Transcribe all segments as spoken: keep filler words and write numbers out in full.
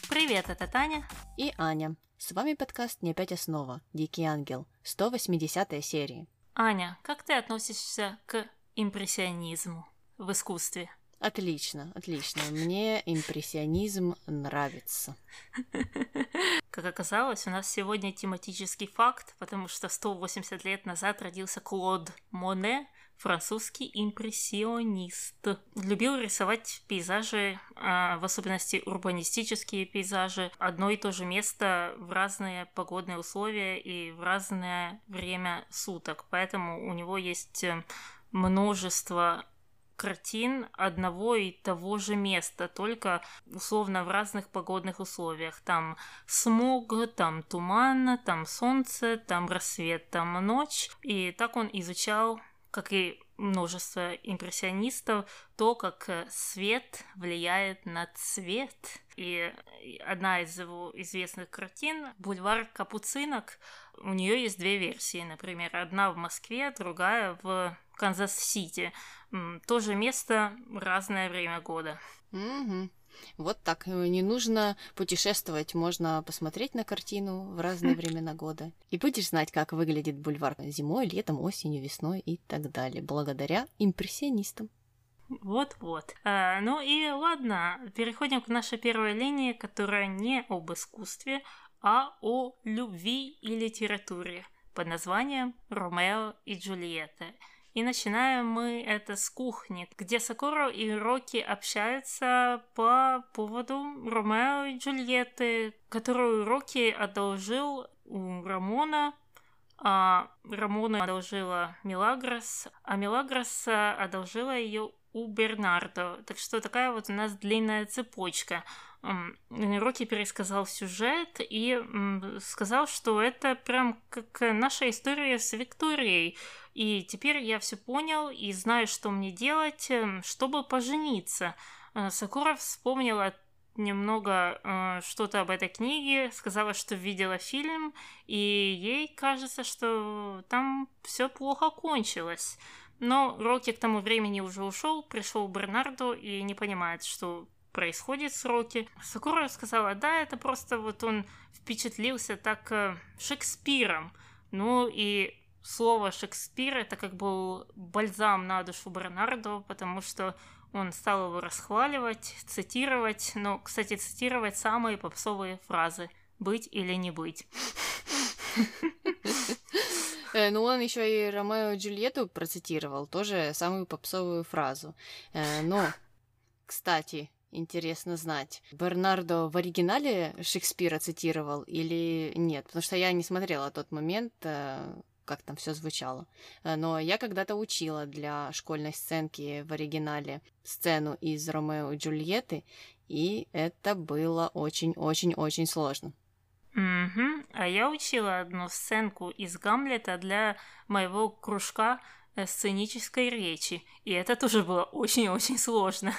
Привет, это Таня и Аня. С вами подкаст «Не опять основа. Дикий ангел», сто восьмидесятая серия. Аня, как ты относишься к импрессионизму в искусстве? Отлично, отлично. Мне импрессионизм нравится. Как оказалось, у нас сегодня тематический факт, потому что сто восемьдесят лет назад родился Клод Моне, французский импрессионист. Любил рисовать пейзажи, в особенности урбанистические пейзажи, одно и то же место в разные погодные условия и в разное время суток. Поэтому у него есть множество картин одного и того же места, только условно в разных погодных условиях. Там смог, там туман, там солнце, там рассвет, там ночь. И так он изучал, как и множество импрессионистов, то, как свет влияет на цвет. И одна из его известных картин «Бульвар Капуцинок», у нее есть две версии, например, одна в Москве, другая в Канзас-Сити. То же место, разное время года. Угу. Вот так. Не нужно путешествовать, можно посмотреть на картину в разные времена года. И будешь знать, как выглядит бульвар зимой, летом, осенью, весной и так далее, благодаря импрессионистам. Вот-вот. А, ну и ладно, переходим к нашей первой линии, которая не об искусстве, а о любви и литературе под названием «Ромео и Джульетта». И начинаем мы это с кухни, где Сокуро и Рокки общаются по поводу Ромео и Джульетты, которую Рокки одолжил у Рамона, а Рамона одолжила Мелагрос, а Мелагрос одолжила ее у Бернардо. Так что такая вот у нас длинная цепочка. Рокки пересказал сюжет и сказал, что это прям как наша история с Викторией. И теперь я все понял и знаю, что мне делать, чтобы пожениться. Сакура вспомнила немного э, что-то об этой книге, сказала, что видела фильм, и ей кажется, что там все плохо кончилось. Но Рокки к тому времени уже ушел, пришел Бернардо и не понимает, что происходит с Рокки. Сакура сказала, да, это просто вот он впечатлился так э, Шекспиром. Ну и слово Шекспир это как был бальзам на душу Бернардо, потому что он стал его расхваливать, цитировать. Но, кстати, цитировать самые попсовые фразы «быть или не быть». Ну, он еще и Ромео и Джульетту процитировал, тоже самую попсовую фразу. Но, кстати, интересно знать, Бернардо в оригинале Шекспира цитировал или нет? Потому что я не смотрела тот момент, как там все звучало. Но я когда-то учила для школьной сценки в оригинале сцену из Ромео и Джульетты, и это было очень-очень-очень сложно. Угу. А я учила одну сценку из Гамлета для моего кружка сценической речи, и это тоже было очень-очень сложно.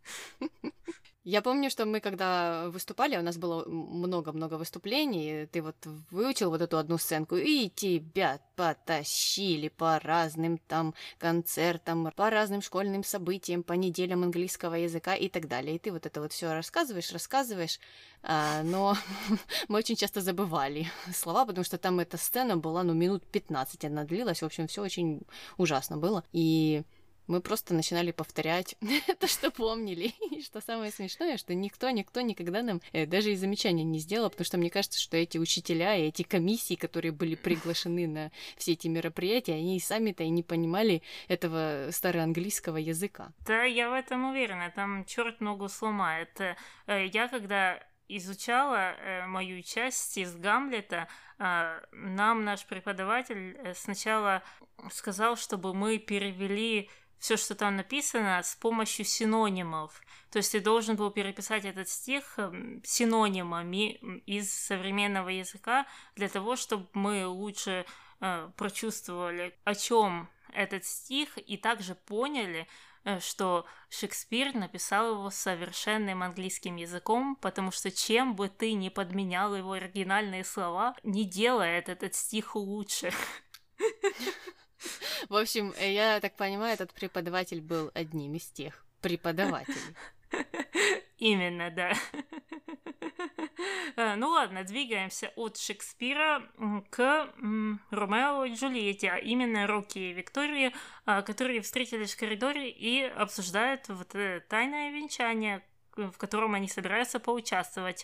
Я помню, что мы, когда выступали, у нас было много-много выступлений, ты вот выучил вот эту одну сценку, и тебя потащили по разным там концертам, по разным школьным событиям, по неделям английского языка и так далее. И ты вот это вот все рассказываешь, рассказываешь, но мы очень часто забывали слова, потому что там эта сцена была, ну, минут пятнадцать она длилась, в общем, все очень ужасно было. И мы просто начинали повторять то, что помнили. И что самое смешное, что никто, никто никогда нам э, даже и замечания не сделал, потому что мне кажется, что эти учителя и эти комиссии, которые были приглашены на все эти мероприятия, они сами-то и не понимали этого староанглийского языка. Да, я в этом уверена. Там черт ногу сломает. Я когда изучала э, мою часть из Гамлета, э, нам наш преподаватель сначала сказал, чтобы мы перевели все, что там написано, с помощью синонимов. То есть ты должен был переписать этот стих синонимами из современного языка для того, чтобы мы лучше э, прочувствовали, о чем этот стих, и также поняли, э, что Шекспир написал его совершенным английским языком, потому что чем бы ты ни подменял его оригинальные слова, не делает этот стих лучше. В общем, я так понимаю, этот преподаватель был одним из тех преподавателей. Именно, да. Ну ладно, двигаемся от Шекспира к Ромео и Джульетте, а именно Рокки и Виктории, которые встретились в коридоре и обсуждают вот тайное венчание, в котором они собираются поучаствовать.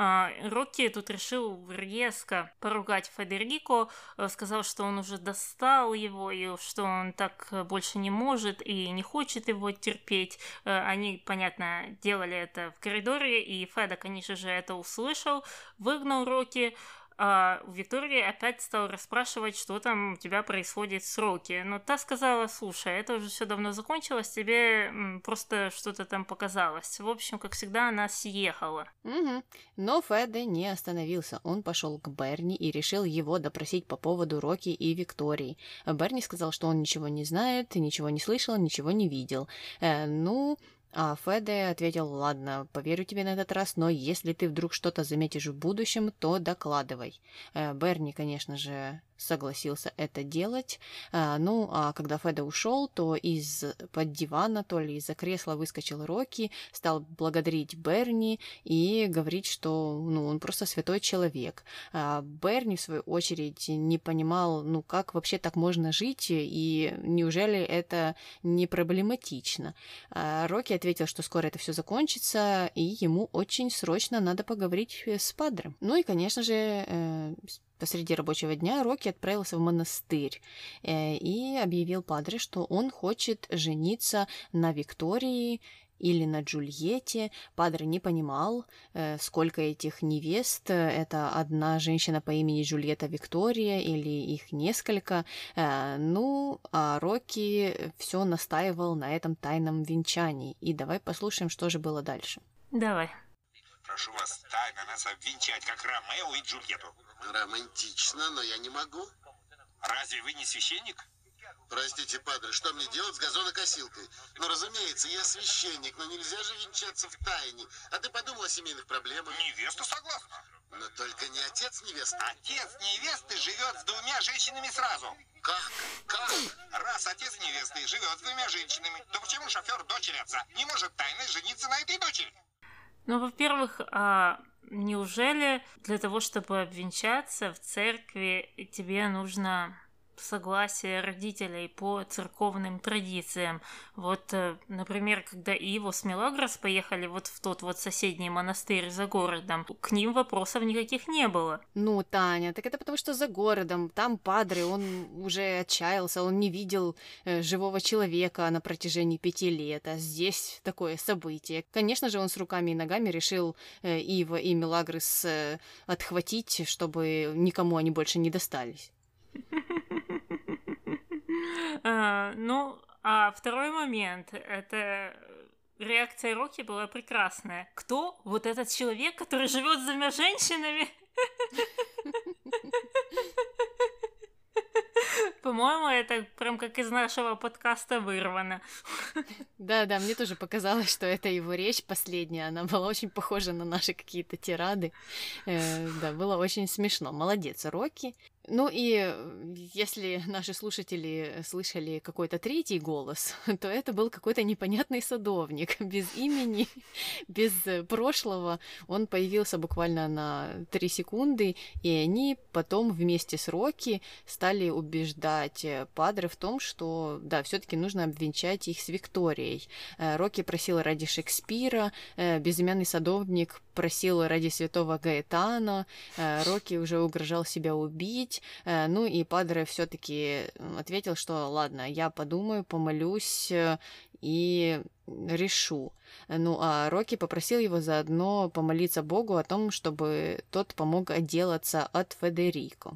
Рокки тут решил резко поругать Федерико, сказал, что он уже достал его, и что он так больше не может и не хочет его терпеть. Они, понятно, делали это в коридоре, и Феда, конечно же, это услышал, выгнал Рокки. А Виктория опять стала расспрашивать, что там у тебя происходит с Рокки. Но та сказала: слушай, это уже все давно закончилось, тебе м, просто что-то там показалось. В общем, как всегда, она съехала. Угу. Но Феде не остановился. Он пошел к Берни и решил его допросить по поводу Рокки и Виктории. Берни сказал, что он ничего не знает, ничего не слышал, ничего не видел. Э, ну... А Феде ответил: ладно, поверю тебе на этот раз, но если ты вдруг что-то заметишь в будущем, то докладывай. Берни, конечно же, согласился это делать. Ну, а когда Феде ушел, то из-под дивана, то ли из-за кресла выскочил Рокки, стал благодарить Берни и говорить, что ну, он просто святой человек. А Берни, в свою очередь, не понимал, ну, как вообще так можно жить, и неужели это не проблематично. А Рокки ответил, что скоро это все закончится, и ему очень срочно надо поговорить с Падре. Ну и, конечно же, посреди рабочего дня Рокки отправился в монастырь э, и объявил Падре, что он хочет жениться на Виктории или на Джульетте. Падре не понимал, э, сколько этих невест. Это одна женщина по имени Джульетта Виктория или их несколько. Э, ну, а Рокки все настаивал на этом тайном венчании. И давай послушаем, что же было дальше. Давай. Прошу вас тайно нас обвенчать, как Ромео и Джульетту. Романтично, но я не могу. Разве вы не священник? Простите, падре, что мне делать с газонокосилкой? Ну, разумеется, я священник, но нельзя же венчаться в тайне. А ты подумал о семейных проблемах? Невеста согласна. Но только не отец невесты. Отец невесты живет с двумя женщинами сразу. Как? Как? Раз отец невесты живет с двумя женщинами, то почему шофер дочери отца не может тайно жениться на этой дочери? Ну, во-первых, а неужели для того, чтобы обвенчаться в церкви, тебе нужно согласие родителей по церковным традициям? Вот, например, когда Иво с Мелагрос поехали вот в тот вот соседний монастырь за городом, к ним вопросов никаких не было. Ну, Таня, так это потому что за городом, там Падре, он уже отчаялся, он не видел э, живого человека на протяжении пяти лет, а здесь такое событие. Конечно же, он с руками и ногами решил э, Иво и Мелагрос э, отхватить, чтобы никому они больше не достались. А, ну, а второй момент, это реакция Рокки была прекрасная. Кто вот этот человек, который живет с двумя женщинами? По-моему, это прям как из нашего подкаста вырвано. Да-да, мне тоже показалось, что это его речь последняя, она была очень похожа на наши какие-то тирады. Э, да, было очень смешно. Молодец, Рокки. Ну и если наши слушатели слышали какой-то третий голос, то это был какой-то непонятный садовник, без имени, без прошлого. Он появился буквально на три секунды, и они потом вместе с Рокки стали убеждать Падре в том, что, да, все-таки нужно обвенчать их с Викторией. Рокки просил ради Шекспира, безымянный садовник просил ради святого Гаэтано, Рокки уже угрожал себя убить. Ну и Падре все-таки ответил, что ладно, я подумаю, помолюсь и решу. Ну а Рокки попросил его заодно помолиться Богу о том, чтобы тот помог отделаться от Федерико.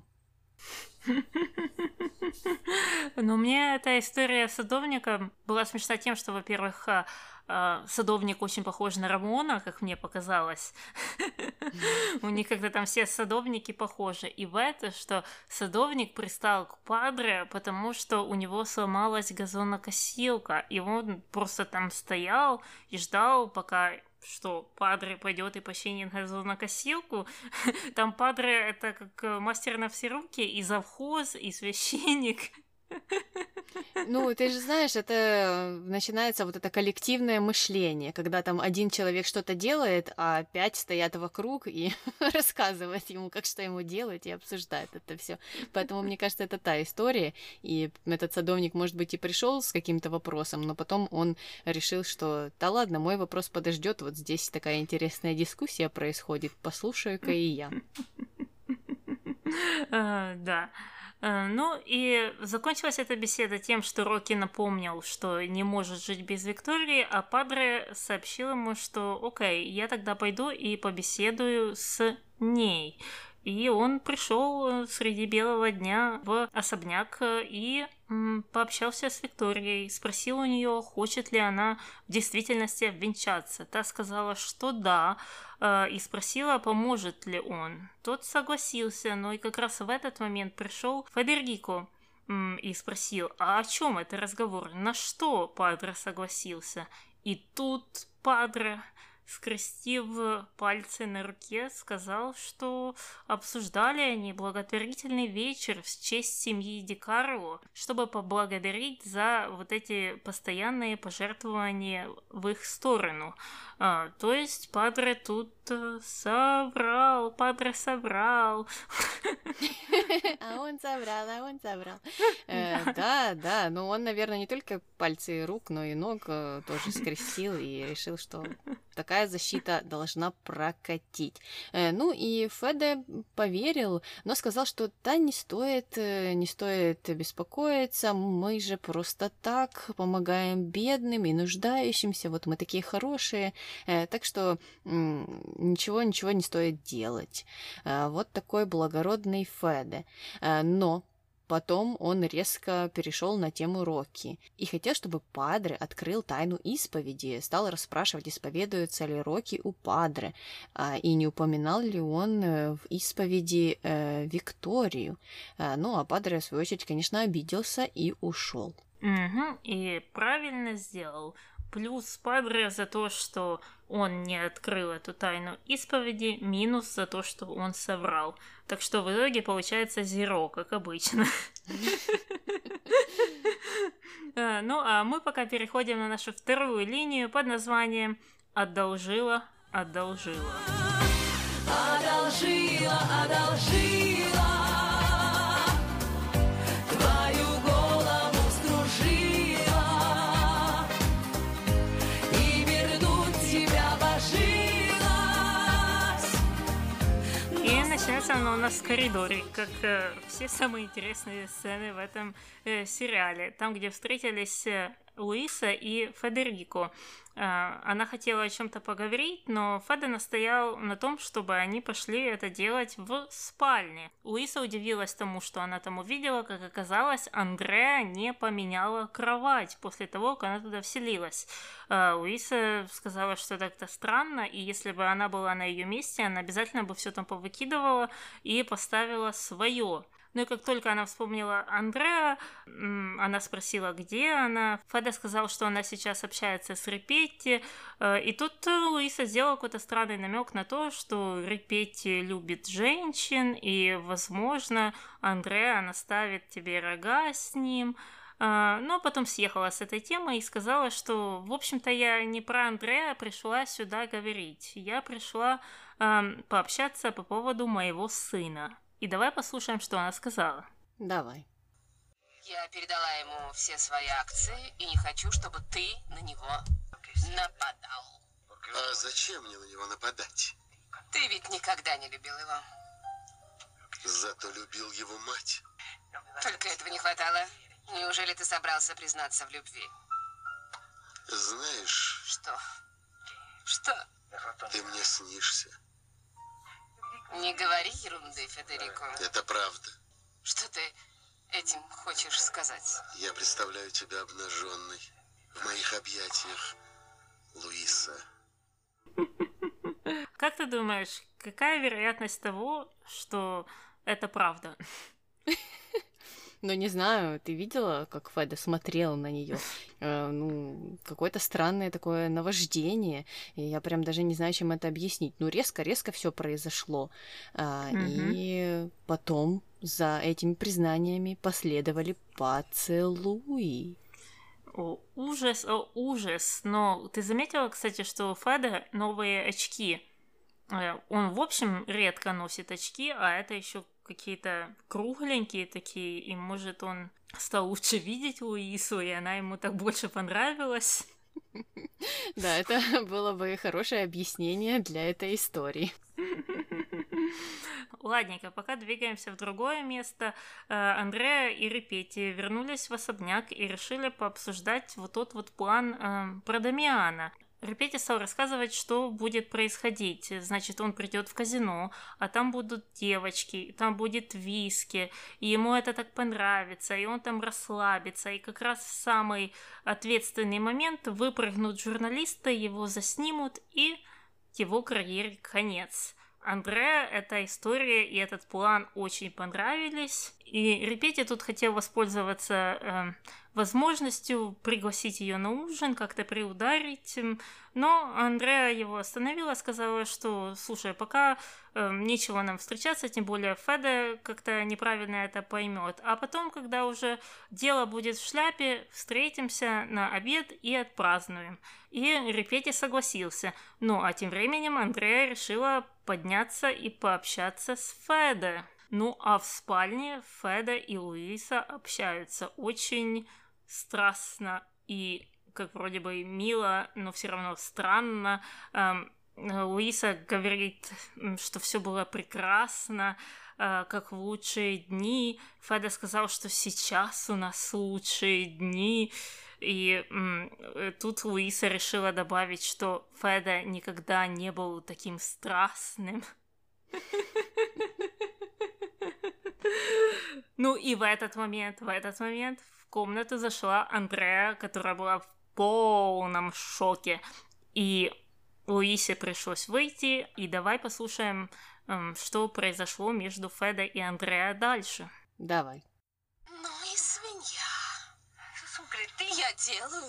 Но мне эта история садовника была смешна тем, что, во-первых, садовник очень похож на Рамона, как мне показалось. У них как-то там все садовники похожи. И в это, что садовник пристал к Падре, потому что у него сломалась газонокосилка, и он просто там стоял и ждал, пока что Падре пойдет и починит газонокосилку. Там Падре — это как мастер на все руки, и завхоз, и священник. Ну, ты же знаешь, это начинается вот это коллективное мышление, когда там один человек что-то делает, а пять стоят вокруг и рассказывают ему, как что ему делать, и обсуждают это все. Поэтому, мне кажется, это та история, и этот садовник, может быть, и пришел с каким-то вопросом, но потом он решил, что да ладно, мой вопрос подождет, вот здесь такая интересная дискуссия происходит, послушаю-ка и я. Да. Ну и закончилась эта беседа тем, что Рокки напомнил, что не может жить без Виктории, а Падре сообщил ему, что окей, я тогда пойду и побеседую с ней. И он пришел среди белого дня в особняк и м, пообщался с Викторией, спросил у нее, хочет ли она в действительности обвенчаться. Та сказала, что да, э, и спросила, поможет ли он. Тот согласился, но и как раз в этот момент пришел Федерико м, и спросил, а о чем это разговор, на что Падре согласился. И тут Падре, скрестив пальцы на руке, сказал, что обсуждали они благотворительный вечер в честь семьи Ди Карло, чтобы поблагодарить за вот эти постоянные пожертвования в их сторону. А, то есть Падре тут соврал, Падре соврал. А он соврал, а он соврал. Да, да, но он, наверное, не только пальцы рук, но и ног тоже скрестил и решил, что такая защита должна прокатить. Ну и Феде поверил, но сказал, что да, не стоит, не стоит беспокоиться, мы же просто так помогаем бедным и нуждающимся, вот мы такие хорошие, так что ничего, ничего не стоит делать. Вот такой благородный Феде. Но потом он резко перешел на тему Рокки и хотел, чтобы Падре открыл тайну исповеди, стал расспрашивать, исповедуется ли Рокки у Падре, и не упоминал ли он в исповеди э, Викторию. Ну, а Падре, в свою очередь, конечно, обиделся и ушел. Угу, и правильно сделал. Плюс Падре за то, что он не открыл эту тайну исповеди, минус за то, что он соврал. Так что в итоге получается зеро, как обычно. Ну, а мы пока переходим на нашу вторую линию под названием «Одолжила, одолжила». Одолжила, одолжила. Начинается оно у нас в коридоре, как э, все самые интересные сцены в этом э, сериале. Там, где встретились э, Луиса и Федерико. Э, она хотела о чем-то поговорить, но Феде настоял на том, чтобы они пошли это делать в спальне. Луиса удивилась тому, что она там увидела. Как оказалось, Андреа не поменяла кровать после того, как она туда вселилась. Э, Луиса сказала, что это странно, и если бы она была на ее месте, она обязательно бы все там повыкидывала и поставила свое. Ну и как только она вспомнила Андреа, она спросила, где она. Феде сказал, что она сейчас общается с Репетти. И тут Луиса сделала какой-то странный намек на то, что Репетти любит женщин, и, возможно, Андреа наставит тебе рога с ним. Но потом съехала с этой темы и сказала, что, в общем-то, я не про Андреа пришла сюда говорить. Я пришла э, пообщаться по поводу моего сына. И давай послушаем, что она сказала. Давай. Я передала ему все свои акции и не хочу, чтобы ты на него нападал. А зачем мне на него нападать? Ты ведь никогда не любил его. Зато любил его мать. Только этого не хватало. Неужели ты собрался признаться в любви? Знаешь... Что? Что? Ты мне снишься. Не говори ерунды, Федерико. Это правда. Что ты этим хочешь сказать? Я представляю тебя обнаженной в моих объятиях, Луиса. Как ты думаешь, какая вероятность того, что это правда? Но не знаю, ты видела, как Феда смотрела на нее? Э, ну, какое-то странное такое наваждение. И я прям даже не знаю, чем это объяснить. Ну, резко-резко все произошло. А, Мгм. и потом за этими признаниями последовали поцелуи. О, ужас, о, ужас. Но ты заметила, кстати, что у Феда новые очки? Э, Он, в общем, редко носит очки, а это еще какие-то кругленькие такие, и, может, он стал лучше видеть Луису, и она ему так больше понравилась. Да, это было бы хорошее объяснение для этой истории. Ладненько, пока двигаемся в другое место. Э, Андреа и Репетти вернулись в особняк и решили пообсуждать вот тот вот план э, про Дамиана. Репетти стал рассказывать, что будет происходить. Значит, он придет в казино, а там будут девочки, там будет виски, и ему это так понравится, и он там расслабится, и как раз в самый ответственный момент выпрыгнут журналисты, его заснимут, и его карьере конец. Андреа эта история и этот план очень понравились, и Репетти тут хотел воспользоваться э, возможностью пригласить ее на ужин, как-то приударить, м, но Андреа его остановила, сказала, что, слушай, пока э, нечего нам встречаться, тем более Феда как-то неправильно это поймет, а потом, когда уже дело будет в шляпе, встретимся на обед и отпразднуем. И Репетти согласился. Ну, а тем временем Андреа решила подняться и пообщаться с Федо. Ну, а в спальне Феда и Луиса общаются очень страстно и, как вроде бы, мило, но все равно странно. Эм, Луиса говорит, м, что все было прекрасно, э, как в лучшие дни. Феда сказал, что сейчас у нас лучшие дни. И м, э, тут Луиса решила добавить, что Феда никогда не был таким страстным. Ну и в этот момент, в этот момент в комнату зашла Андреа, которая была в полном шоке. И Луисе пришлось выйти, и давай послушаем, эм, что произошло между Федо и Андреа дальше. Давай. Ну и свинья. Я делаю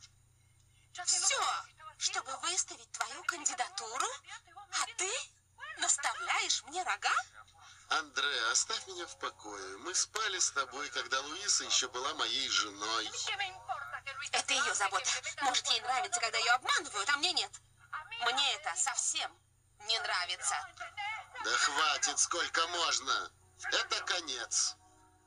все, чтобы выставить твою кандидатуру, а ты наставляешь мне рога? Андреа, оставь меня в покое. Мы спали с тобой, когда Луиса еще была моей женой. Это ее забота. Может, ей нравится, когда ее обманывают, а мне нет. Мне это совсем не нравится. Да хватит, сколько можно. Это конец.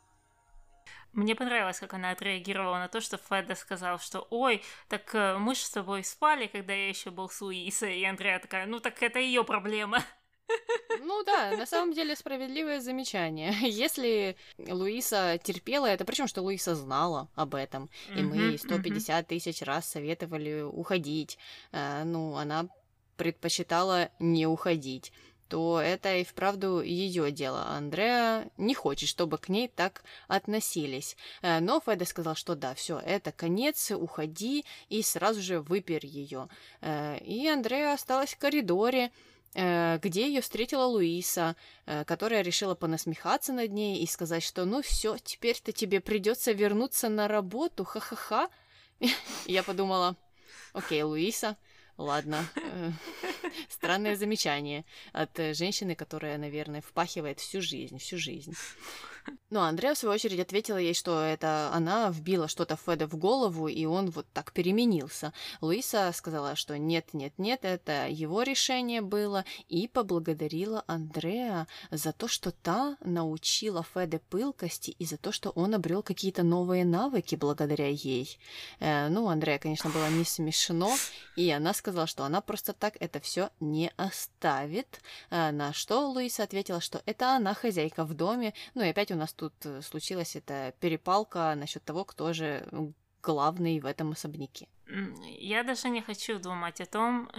Мне понравилось, как она отреагировала на то, что Феда сказал, что «Ой, так э, мы же с тобой спали, когда я еще был с Луисой». И Андреа такая «Ну так это ее проблема». Ну да, на самом деле справедливое замечание. Если Луиса терпела это, причем что Луиса знала об этом, и мы ей сто пятьдесят тысяч раз советовали уходить, э, ну, она предпочитала не уходить, то это и вправду ее дело. Андреа не хочет, чтобы к ней так относились. Э, Но Феда сказал, что да, все, это конец, уходи, и сразу же выпер ее. И Андреа осталась в коридоре, э, где ее встретила Луиса, э, которая решила понасмехаться над ней и сказать, что ну все, теперь-то тебе придется вернуться на работу, ха-ха-ха. Я подумала, окей, Луиса, ладно. Э, Странное замечание от э, женщины, которая, наверное, впахивает всю жизнь, всю жизнь. Но Андреа, в свою очередь, ответила ей, что это она вбила что-то Феда в голову, и он вот так переменился. Луиса сказала, что нет-нет-нет, это его решение было, и поблагодарила Андреа за то, что та научила Феда пылкости, и за то, что он обрел какие-то новые навыки благодаря ей. Э, ну, Андреа, конечно, было не смешно, и она сказала, что она просто так это все не оставит, э, на что Луиса ответила, что это она хозяйка в доме, ну и опять у нас тут случилась эта перепалка насчет того, кто же главный в этом особняке. Я даже не хочу думать о том,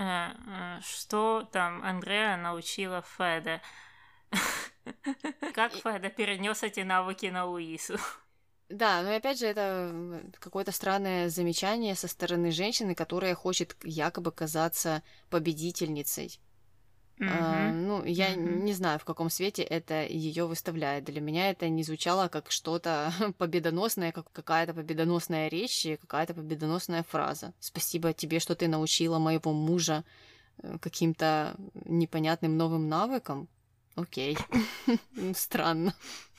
что там Андреа научила Феда. Как Феда перенес эти навыки на Луису. Да, но опять же, это какое-то странное замечание со стороны женщины, которая хочет якобы казаться победительницей. А, Мгм. ну, я Мгм. не знаю, в каком свете это ее выставляет. Для меня это не звучало как что-то победоносное, как какая-то победоносная речь и какая-то победоносная фраза. Спасибо тебе, что ты научила моего мужа э, каким-то непонятным новым навыкам. Окей. Ну, странно.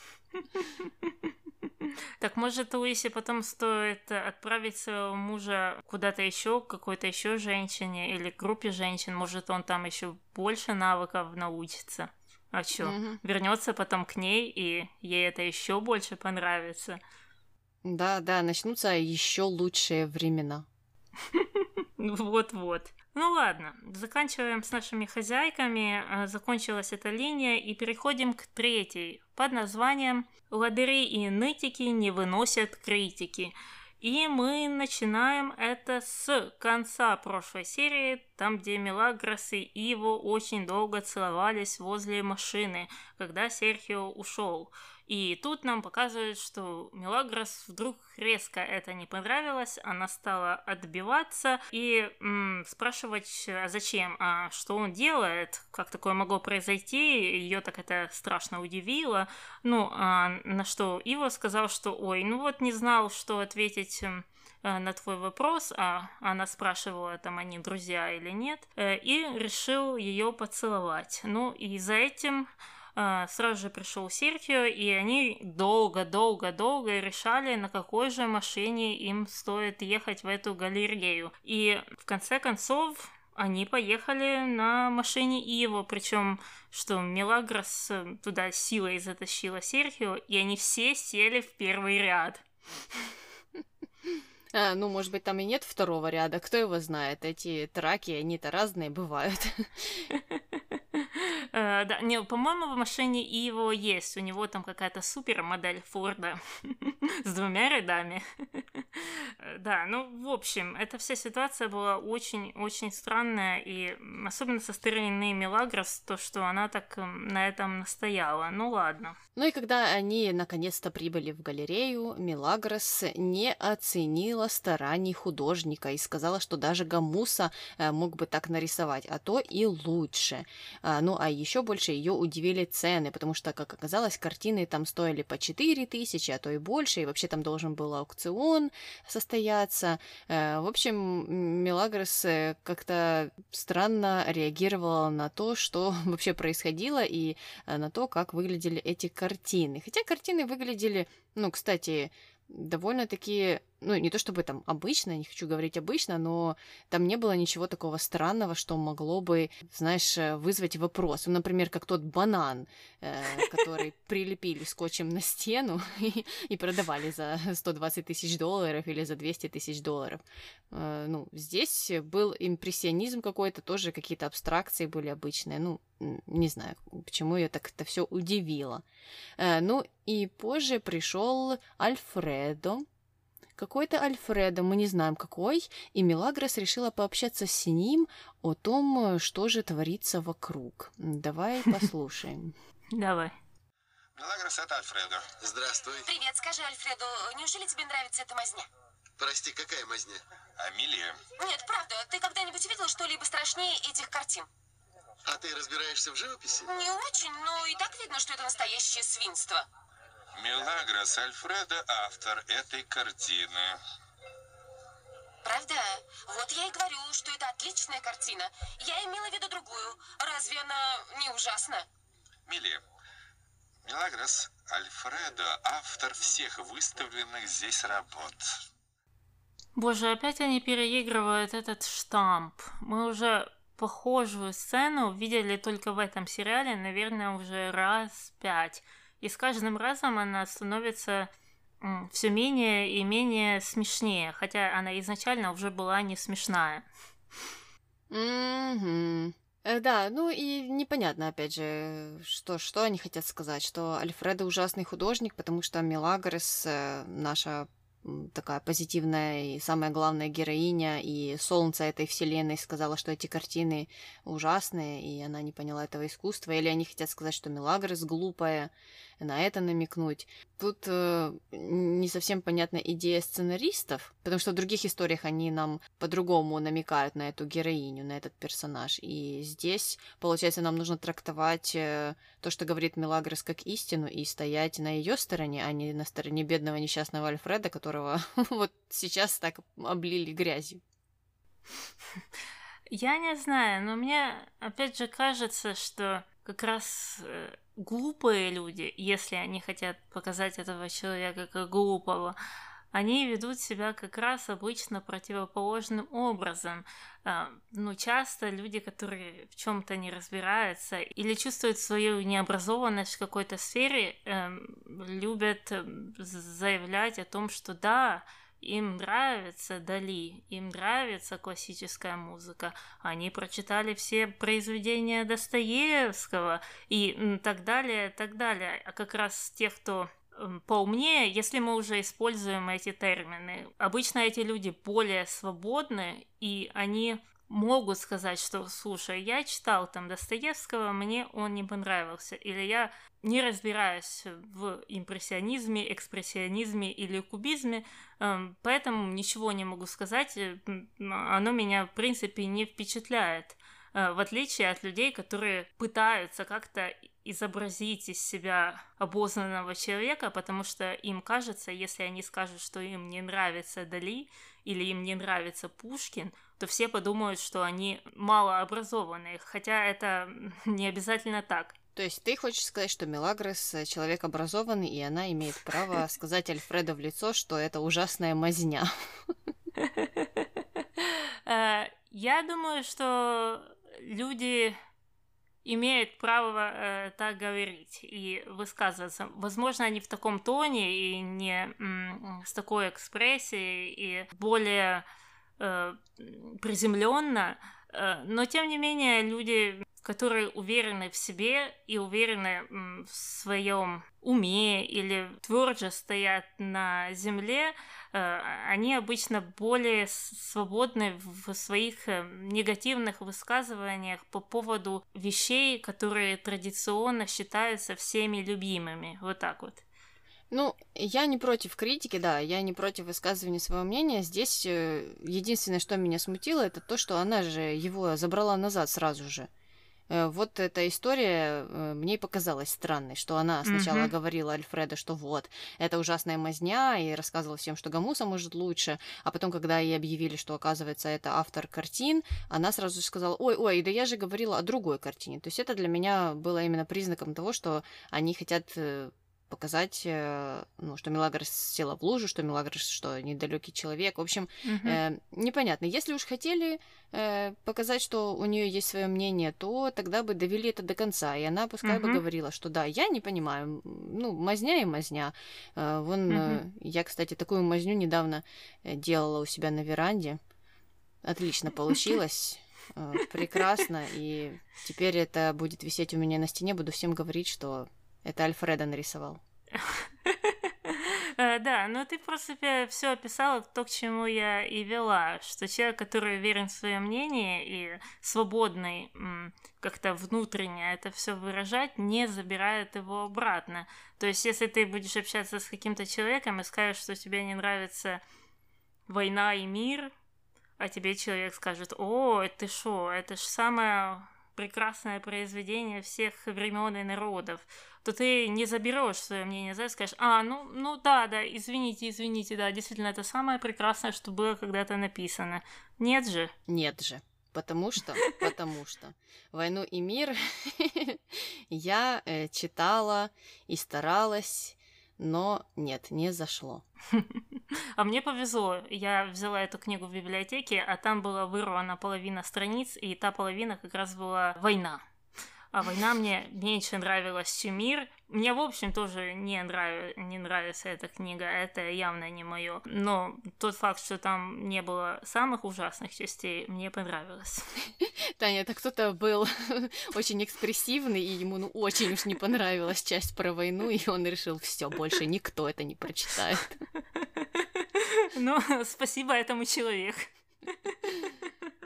Так может, Луисе потом стоит э, отправить своего мужа куда-то еще, к какой-то еще женщине или группе женщин. Может, он там еще больше навыков научится. А что? Мгм. Вернется потом к ней, и ей это еще больше понравится. Да, да, начнутся еще лучшие времена. Вот-вот. Ну ладно, заканчиваем с нашими хозяйками. А, Закончилась эта линия и переходим к третьей под названием «Ладыри и нытики не выносят критики». И мы начинаем это с конца прошлой серии, там, где Мелагрос и Иво очень долго целовались возле машины, когда Серхио ушел. И тут нам показывают, что Мелагрос вдруг резко это не понравилось, она стала отбиваться и м, спрашивать, а зачем, а что он делает, как такое могло произойти, ее так это страшно удивило. Ну, а на что Иво сказал, что ой, ну вот не знал, что ответить м, э, на твой вопрос, а она спрашивала, там они друзья или нет, э, и решил ее поцеловать. Ну и за этим а, сразу же пришел Серхио, и они долго-долго-долго решали, на какой же машине им стоит ехать в эту галерею. И в конце концов они поехали на машине Иво, причем что Мелагрос э, туда силой затащила Серхио, и они все сели в первый ряд. А, ну, может быть, там и нет второго ряда, кто его знает. Эти траки, они-то разные бывают. Э, Да, не, по-моему, в машине Иво есть. У него там какая-то супер модель Форда с двумя рядами. Э, Да, ну, в общем, эта вся ситуация была очень-очень странная, и м, особенно со стороны Мелагрос, то, что она так м, на этом настояла. Ну, ладно. Ну и когда они наконец-то прибыли в галерею, Мелагрос не оценила стараний художника и сказала, что даже Гамуса э, мог бы так нарисовать, а то и лучше. А, ну а еще больше ее удивили цены, потому что, как оказалось, картины там стоили по четыре тысячи, а то и больше, и вообще там должен был аукцион состояться. Э, в общем, Мелагрос э, как-то странно реагировала на то, что вообще происходило, и э, на то, как выглядели эти картины. Хотя картины выглядели, ну, кстати, довольно-таки, ну, не то чтобы там обычно, не хочу говорить обычно, но там не было ничего такого странного, что могло бы, знаешь, э, вызвать вопрос. Ну, например, как тот банан, э, который прилепили скотчем на стену и, и продавали за сто двадцать тысяч долларов или за двести тысяч долларов. Э, ну, здесь был импрессионизм какой-то, тоже какие-то абстракции были обычные. Ну, м, не знаю, почему ее так это все удивило. Э, ну, и позже пришел Альфредо. Какой-то Альфредо, мы не знаем какой, и Мелагрос решила пообщаться с ним о том, э, что же творится вокруг. М, Давай послушаем. Давай. Мелагрос, это Альфредо. Здравствуй. Привет, скажи Альфреду, неужели тебе нравится эта мазня? Прости, какая мазня? Амилия. Нет, правда, ты когда-нибудь видел что-либо страшнее этих картин? А ты разбираешься в живописи? Не очень, но и так видно, что это настоящее свинство. Мелагрос, Альфредо, автор этой картины. Правда? Вот я и говорю, что это отличная картина. Я имела в виду другую. Разве она не ужасна? Милли, Мелагрос, Альфредо, автор всех выставленных здесь работ. Боже, опять они переигрывают этот штамп. Мы уже похожую сцену видели только в этом сериале, наверное, уже раз пять. И с каждым разом она становится все менее и менее смешнее, хотя она изначально уже была не смешная. Мгм. Э, Да, ну и непонятно, опять же, что, что они хотят сказать, что Альфредо ужасный художник, потому что Мелагрос э, наша м, такая позитивная и самая главная героиня и солнце этой вселенной сказала, что эти картины ужасные, и она не поняла этого искусства, или они хотят сказать, что Мелагрос глупая, на это намекнуть. Тут, э, не совсем понятна идея сценаристов, потому что в других историях они нам по-другому намекают на эту героиню, на этот персонаж. И здесь, получается, нам нужно трактовать э, то, что говорит Мелагрос, как истину, и стоять на ее стороне, а не на стороне бедного несчастного Альфреда, которого вот сейчас так облили грязью. Я не знаю, но мне опять же кажется, что как раз э, глупые люди, если они хотят показать этого человека как глупого, они ведут себя как раз обычно противоположным образом. Э, ну, часто люди, которые в чем-то не разбираются или чувствуют свою необразованность в какой-то сфере, э, любят заявлять о том, что да, им нравится Дали, им нравится классическая музыка, они прочитали все произведения Достоевского и так далее, так далее. А как раз те, кто поумнее, если мы уже используем эти термины, обычно эти люди более свободны, и они могут сказать, что, слушай, я читал там Достоевского, мне он не понравился, или я не разбираюсь в импрессионизме, экспрессионизме или кубизме, поэтому ничего не могу сказать, оно меня, в принципе, не впечатляет, в отличие от людей, которые пытаются как-то изобразить из себя обознанного человека, потому что им кажется, если они скажут, что им не нравится Дали или им не нравится Пушкин, то все подумают, что они малообразованные, хотя это не обязательно так. То есть ты хочешь сказать, что Мелагрос человек образованный, и она имеет право сказать Альфреду в лицо, что это ужасная мазня? Я думаю, что люди имеют право э, так говорить и высказываться. Возможно, они в таком тоне и не м, с такой экспрессией и более э, приземленно, э, но тем не менее люди, которые уверены в себе и уверены м, в своем уме или тверже стоят на земле, э, они обычно более свободны в своих э, негативных высказываниях по поводу вещей, которые традиционно считаются всеми любимыми. Вот так вот. Ну, я не против критики, да, я не против высказывания своего мнения. Здесь э, единственное, что меня смутило, это то, что она же его забрала назад сразу же. Вот эта история мне показалась странной, что она сначала mm-hmm. говорила Альфреду, что вот, это ужасная мазня, и рассказывала всем, что Гамуса может лучше, а потом, когда ей объявили, что, оказывается, это автор картин, она сразу же сказала, ой-ой, да я же говорила о другой картине. То есть это для меня было именно признаком того, что они хотят показать, ну, что Мелагрос села в лужу, что Мелагрос, что недалекий человек. В общем, mm-hmm. э, непонятно. Если уж хотели э, показать, что у нее есть свое мнение, то тогда бы довели это до конца. И она пускай mm-hmm. бы говорила, что да, я не понимаю, ну, мазня и мазня. Э, вон, mm-hmm. э, я, кстати, такую мазню недавно делала у себя на веранде. Отлично получилось. Э, прекрасно. И теперь это будет висеть у меня на стене. Буду всем говорить, что это Альфреда нарисовал. Да, но ты, в принципе, все описала то, к чему я и вела, что человек, который уверен в своем мнении и свободный как-то внутренне это все выражать, не забирает его обратно. То есть, если ты будешь общаться с каким-то человеком и скажешь, что тебе не нравится «Война и мир», а тебе человек скажет: «О, ты шо, это ж самое прекрасное произведение всех времен и народов», то ты не заберешь свое мнение, знаешь, скажешь: «А, ну, ну да, да, извините, извините, да, действительно, это самое прекрасное, что было когда-то написано». Нет же? Нет же. Потому что, потому что «Войну и мир» я э, читала и старалась, но нет, не зашло. А мне повезло. Я взяла эту книгу в библиотеке, а там была вырвана половина страниц, и та половина как раз была «Война». А «Война» мне меньше нравилась, чем «Мир». Мне, в общем, тоже не, нрав... не нравится эта книга, это явно не мое. Но тот факт, что там не было самых ужасных частей, мне понравилось. Таня, это кто-то был очень экспрессивный, и ему ну очень уж не понравилась часть про войну, и он решил: все, больше никто это не прочитает. Ну, спасибо этому человеку.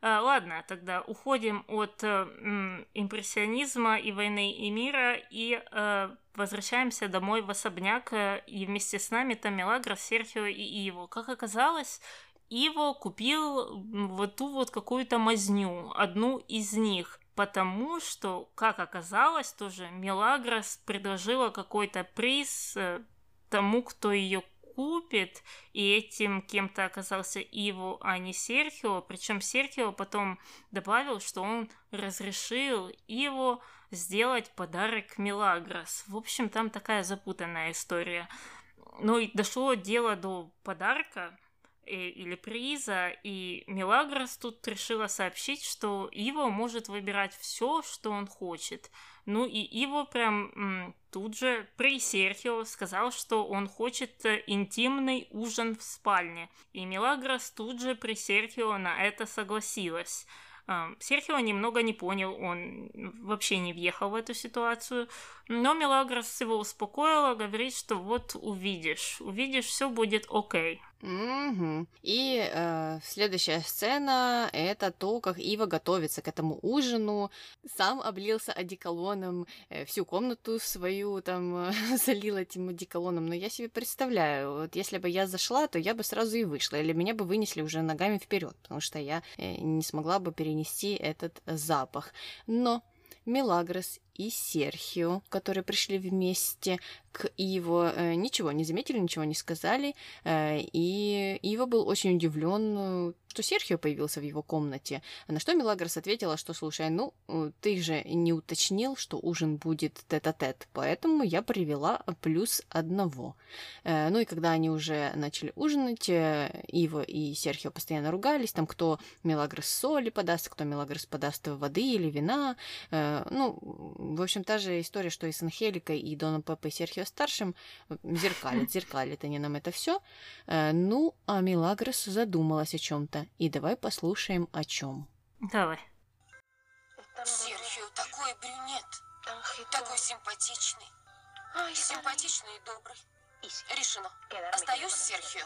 А, ладно, тогда уходим от э, м, импрессионизма и войны и мира и э, возвращаемся домой в особняк, э, и вместе с нами там Мелагрос, Серхио и Иво. Как оказалось, Иво купил вот ту вот какую-то мазню, одну из них, потому что, как оказалось, тоже Мелагрос предложила какой-то приз э, тому, кто ее купит, и этим кем-то оказался Иво, а не Серхио. Причем Серхио потом добавил, что он разрешил Иво сделать подарок Мелагрос. В общем, там такая запутанная история. Ну и дошло дело до подарка или приза, и Мелагрос тут решила сообщить, что Иво может выбирать все, что он хочет. Ну и Иво прям м, тут же при Серхио сказал, что он хочет интимный ужин в спальне. И Мелагрос тут же при Серхио на это согласилась. Серхио немного не понял, он вообще не въехал в эту ситуацию, но Мелагрос его успокоила, говорит, что вот увидишь, увидишь, все будет окей. Угу. И э, следующая сцена — это то, как Ива готовится к этому ужину. Сам облился одеколоном, э, всю комнату свою там э, залил этим одеколоном. Но я себе представляю, вот если бы я зашла, то я бы сразу и вышла, или меня бы вынесли уже ногами вперед, потому что я э, не смогла бы перенести этот запах. Но Мелагрос и Серхио, которые пришли вместе к Иво, э, ничего не заметили, ничего не сказали, э, и Иво был очень удивлен, что Серхио появился в его комнате, на что Мелагрос ответила, что, слушай, ну, ты же не уточнил, что ужин будет тет-а-тет, поэтому я привела плюс одного. Э, ну и когда они уже начали ужинать, э, Иво и Серхио постоянно ругались, там, кто Мелагрос соли подаст, кто Мелагрос подаст воды или вина, э, ну, в общем, та же история, что и с Анхеликой, и Доном Пеппой, и Серхио старшим, зеркалит, зеркалит они нам это все. Ну, а Мелагрос задумалась о чем-то. И давай послушаем, о чем. Давай. Серхио такой брюнет, такой симпатичный. Симпатичный и добрый. Решено. Остаюсь с Серхио.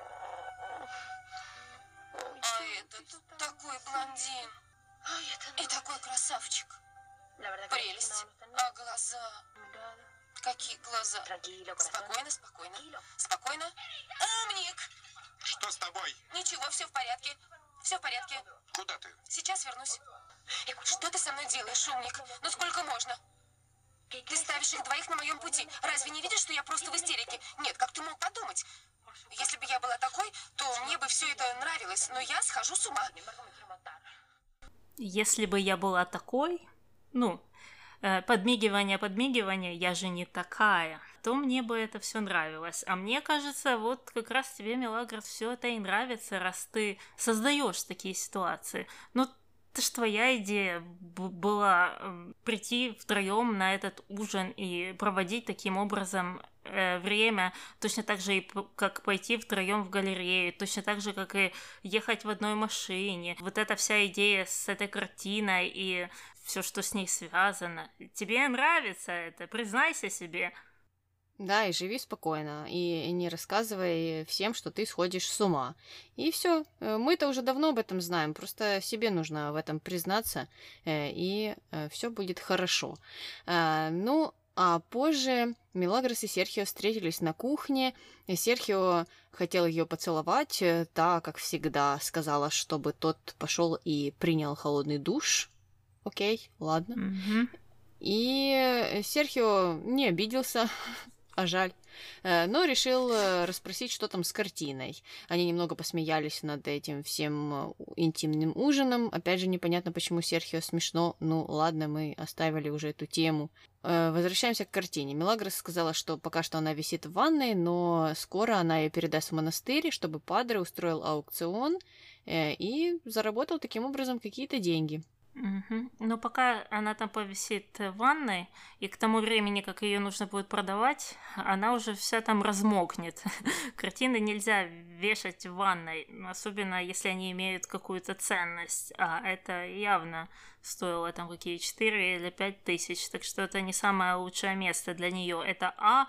А этот такой блондин. И такой красавчик. Прелесть. А глаза? Какие глаза? Спокойно, спокойно. Спокойно. Умник! Что с тобой? Ничего, все в порядке. Все в порядке. Куда ты? Сейчас вернусь. Что ты со мной делаешь, умник? Ну сколько можно? Ты ставишь их двоих на моем пути. Разве не видишь, что я просто в истерике? Нет, как ты мог подумать? Если бы я была такой, то мне бы все это нравилось. Но я схожу с ума. Если бы я была такой, ну, подмигивание, подмигивание, я же не такая, то мне бы это все нравилось. А мне кажется, вот как раз тебе, Мелагрос, все это и нравится, раз ты создаешь такие ситуации. Ну, это ж твоя идея была э, прийти втроем на этот ужин и проводить таким образом э, время, точно так же, и как пойти втроем в галерею, точно так же, как и ехать в одной машине. Вот эта вся идея с этой картиной и все, что с ней связано. Тебе нравится это, признайся себе. Да, и живи спокойно, и не рассказывай всем, что ты сходишь с ума. И все. Мы-то уже давно об этом знаем, просто себе нужно в этом признаться, и все будет хорошо. Ну, а позже Мелагрос и Серхио встретились на кухне. Серхио хотел ее поцеловать, та, как всегда, сказала, чтобы тот пошел и принял холодный душ. Окей, ладно. Mm-hmm. И Серхио не обиделся, а жаль, но решил расспросить, что там с картиной. Они немного посмеялись над этим всем интимным ужином. Опять же, непонятно, почему Серхио смешно. Ну, ладно, мы оставили уже эту тему. Возвращаемся к картине. Мелагрос сказала, что пока что она висит в ванной, но скоро она ее передаст в монастырь, чтобы падре устроил аукцион и заработал таким образом какие-то деньги. Угу. Но пока она там повисит в ванной, и к тому времени, как ее нужно будет продавать, она уже вся там размокнет. Картины нельзя вешать в ванной, особенно если они имеют какую-то ценность, а это явно стоило там какие четыре или пять тысяч, так что это не самое лучшее место для нее. Это А.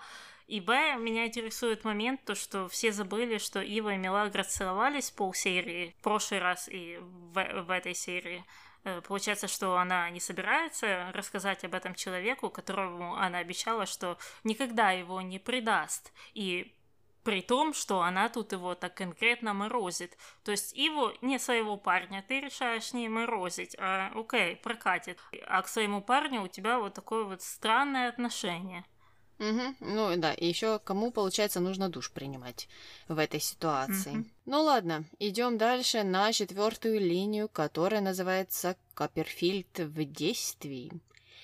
И б, меня интересует момент, то, что все забыли, что Ива и Мелагрос целовались полсерии, в прошлый раз и в, в этой серии. Получается, что она не собирается рассказать об этом человеку, которому она обещала, что никогда его не предаст. И при том, что она тут его так конкретно морозит. То есть Иву, не своего парня, ты решаешь не морозить, а окей, прокатит. А к своему парню у тебя вот такое вот странное отношение. Угу. Ну да, и еще кому, получается, нужно душ принимать в этой ситуации. Угу. Ну ладно, идем дальше на четвертую линию, которая называется Копперфильд в действии.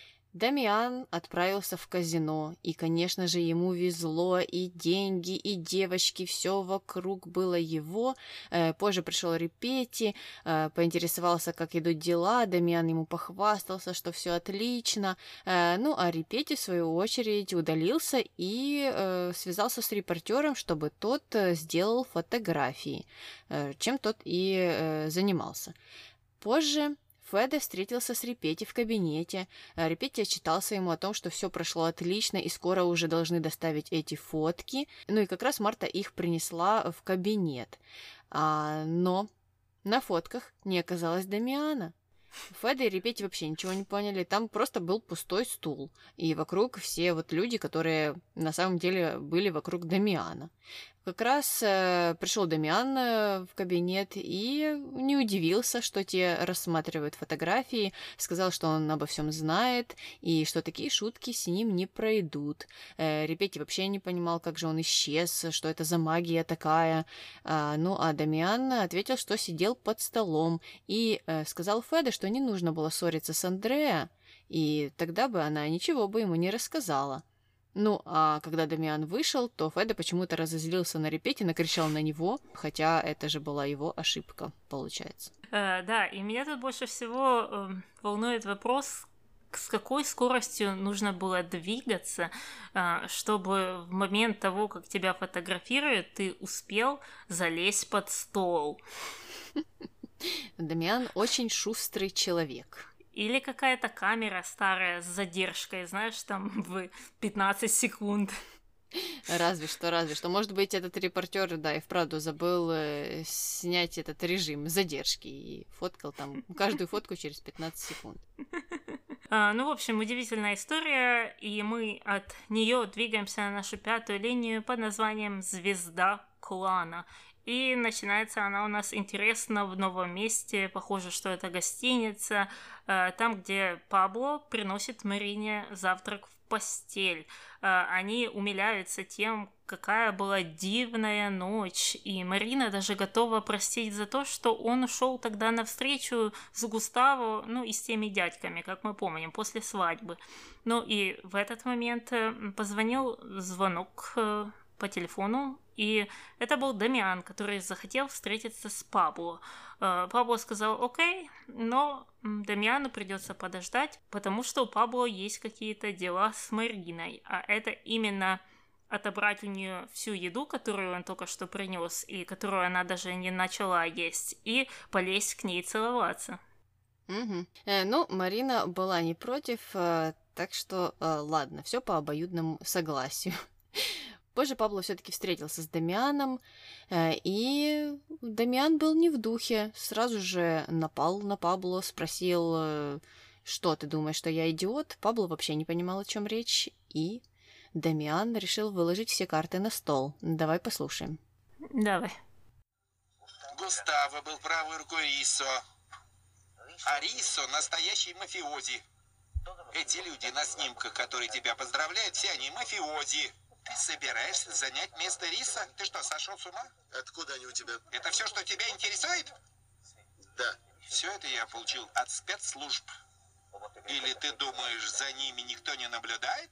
Дамиан отправился в казино, и, конечно же, ему везло, и деньги, и девочки, все вокруг было его. Э, позже пришел Репетти, э, поинтересовался, как идут дела, Дамиан ему похвастался, что все отлично. Э, ну, а Репетти, в свою очередь, удалился и э, связался с репортером, чтобы тот э, сделал фотографии, э, чем тот и э, занимался. Позже Феде встретился с Репетти в кабинете. Репетти отчитался ему о том, что все прошло отлично и скоро уже должны доставить эти фотки. Ну и как раз Марта их принесла в кабинет. А, но на фотках не оказалось Дамиана. Феде и Репетти вообще ничего не поняли. Там просто был пустой стул. И вокруг все вот люди, которые на самом деле были вокруг Дамиана. Как раз э, пришел Дамиан э, в кабинет и не удивился, что те рассматривают фотографии, сказал, что он обо всем знает и что такие шутки с ним не пройдут. Э, Репетти вообще не понимал, как же он исчез, что это за магия такая. А, ну а Дамиан ответил, что сидел под столом и э, сказал Феде, что не нужно было ссориться с Андреа, и тогда бы она ничего бы ему не рассказала. Ну, а когда Дамиан вышел, то Феде почему-то разозлился на Репетти, накричал на него, хотя это же была его ошибка, получается. Э, да, и меня тут больше всего э, волнует вопрос, с какой скоростью нужно было двигаться, э, чтобы в момент того, как тебя фотографируют, ты успел залезть под стол. Дамиан очень шустрый человек. Или какая-то камера старая с задержкой, знаешь, там в пятнадцать секунд. Разве что, разве что. Может быть, этот репортер, да, и вправду забыл э, снять этот режим задержки и фоткал там каждую фотку через пятнадцать секунд. А, ну, в общем, удивительная история, и мы от нее двигаемся на нашу пятую линию под названием «Звезда клана». И начинается она у нас интересно в новом месте, похоже, что это гостиница, там, где Пабло приносит Марине завтрак в постель. Они умиляются тем, какая была дивная ночь, и Марина даже готова простить за то, что он ушел тогда навстречу с Густаво, ну и с теми дядьками, как мы помним, после свадьбы. Ну и в этот момент позвонил звонок по телефону, и это был Дамиан, который захотел встретиться с Пабло. Пабло сказал окей, но Дамиану придется подождать, потому что у Пабло есть какие-то дела с Мариной, а это именно отобрать у нее всю еду, которую он только что принес, и которую она даже не начала есть, и полезть к ней целоваться. Угу. Э, ну, Марина была не против, э, так что э, ладно, все по обоюдному согласию. Позже Пабло все-таки встретился с Дамианом, э, и Дамиан был не в духе, сразу же напал на Пабло, спросил, э, что ты думаешь, что я идиот? Пабло вообще не понимал, о чем речь, и Дамиан решил выложить все карты на стол. Давай послушаем. Давай. Густаво был правой рукой Рисо, а Рисо настоящий мафиози. Эти люди на снимках, которые тебя поздравляют, все они мафиози. Ты собираешься занять место Риса? Ты что, сошел с ума? Откуда они у тебя? Это все, что тебя интересует? Да. Все это я получил от спецслужб. Или ты думаешь, за ними никто не наблюдает?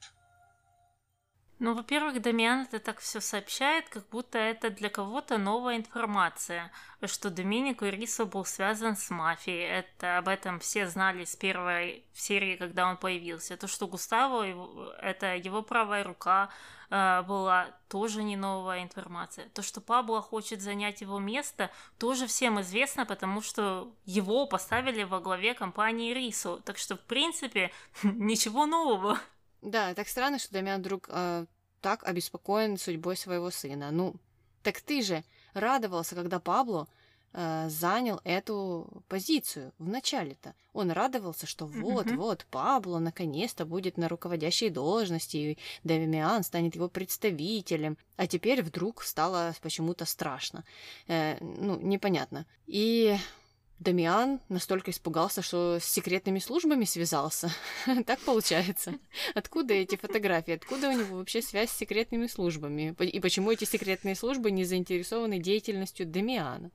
Ну, во-первых, Дамиан это так все сообщает, как будто это для кого-то новая информация, что Доменико Рисо был связан с мафией. Это об этом все знали с первой серии, когда он появился. То, что Густаво, это его правая рука, была тоже не новая информация. То, что Пабло хочет занять его место, тоже всем известно, потому что его поставили во главе компании Рисо. Так что, в принципе, ничего нового. Да, так странно, что Дамиан вдруг э, так обеспокоен судьбой своего сына. Ну, так ты же радовался, когда Пабло э, занял эту позицию в начале-то. Он радовался, что вот-вот Пабло наконец-то будет на руководящей должности, и Дамиан станет его представителем. А теперь вдруг стало почему-то страшно. Э, ну, непонятно. И Дамиан настолько испугался, что с секретными службами связался. Так получается. Откуда эти фотографии? Откуда у него вообще связь с секретными службами? И почему эти секретные службы не заинтересованы деятельностью Дамиана?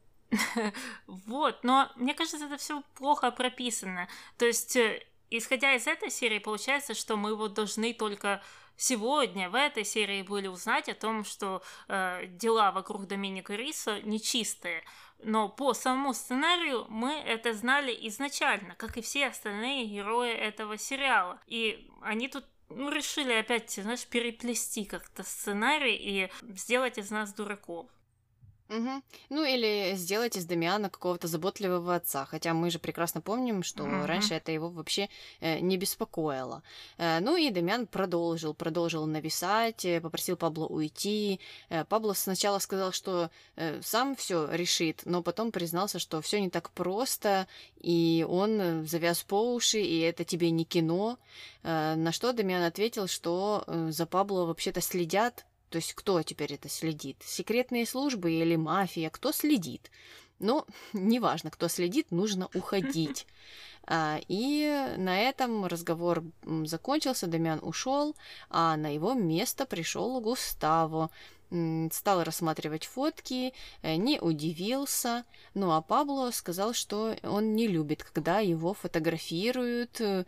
Вот, но мне кажется, это все плохо прописано. То есть, исходя из этой серии, получается, что мы вот должны только сегодня в этой серии были узнать о том, что э, дела вокруг Доминика Риссо нечистые. Но по самому сценарию мы это знали изначально, как и все остальные герои этого сериала. И они тут ну, решили опять, знаешь, переплести как-то сценарий и сделать из нас дураков. Угу. Ну или сделать из Дамиана какого-то заботливого отца, хотя мы же прекрасно помним, что Мгм. раньше это его вообще э, не беспокоило. Э, ну и Дамиан продолжил, продолжил нависать, э, попросил Пабло уйти. Э, Пабло сначала сказал, что э, сам все решит, но потом признался, что все не так просто, и он э, завяз по уши, и это тебе не кино. Э, на что Дамиан ответил, что э, за Пабло вообще-то следят. То есть кто теперь это следит? Секретные службы или мафия? Кто следит? Ну, неважно, кто следит, нужно уходить. А, и на этом разговор м, закончился, Дамиан ушел, а на его место пришел Густаво. М, Стал рассматривать фотки, э, не удивился. Ну а Пабло сказал, что он не любит, когда его фотографируют э,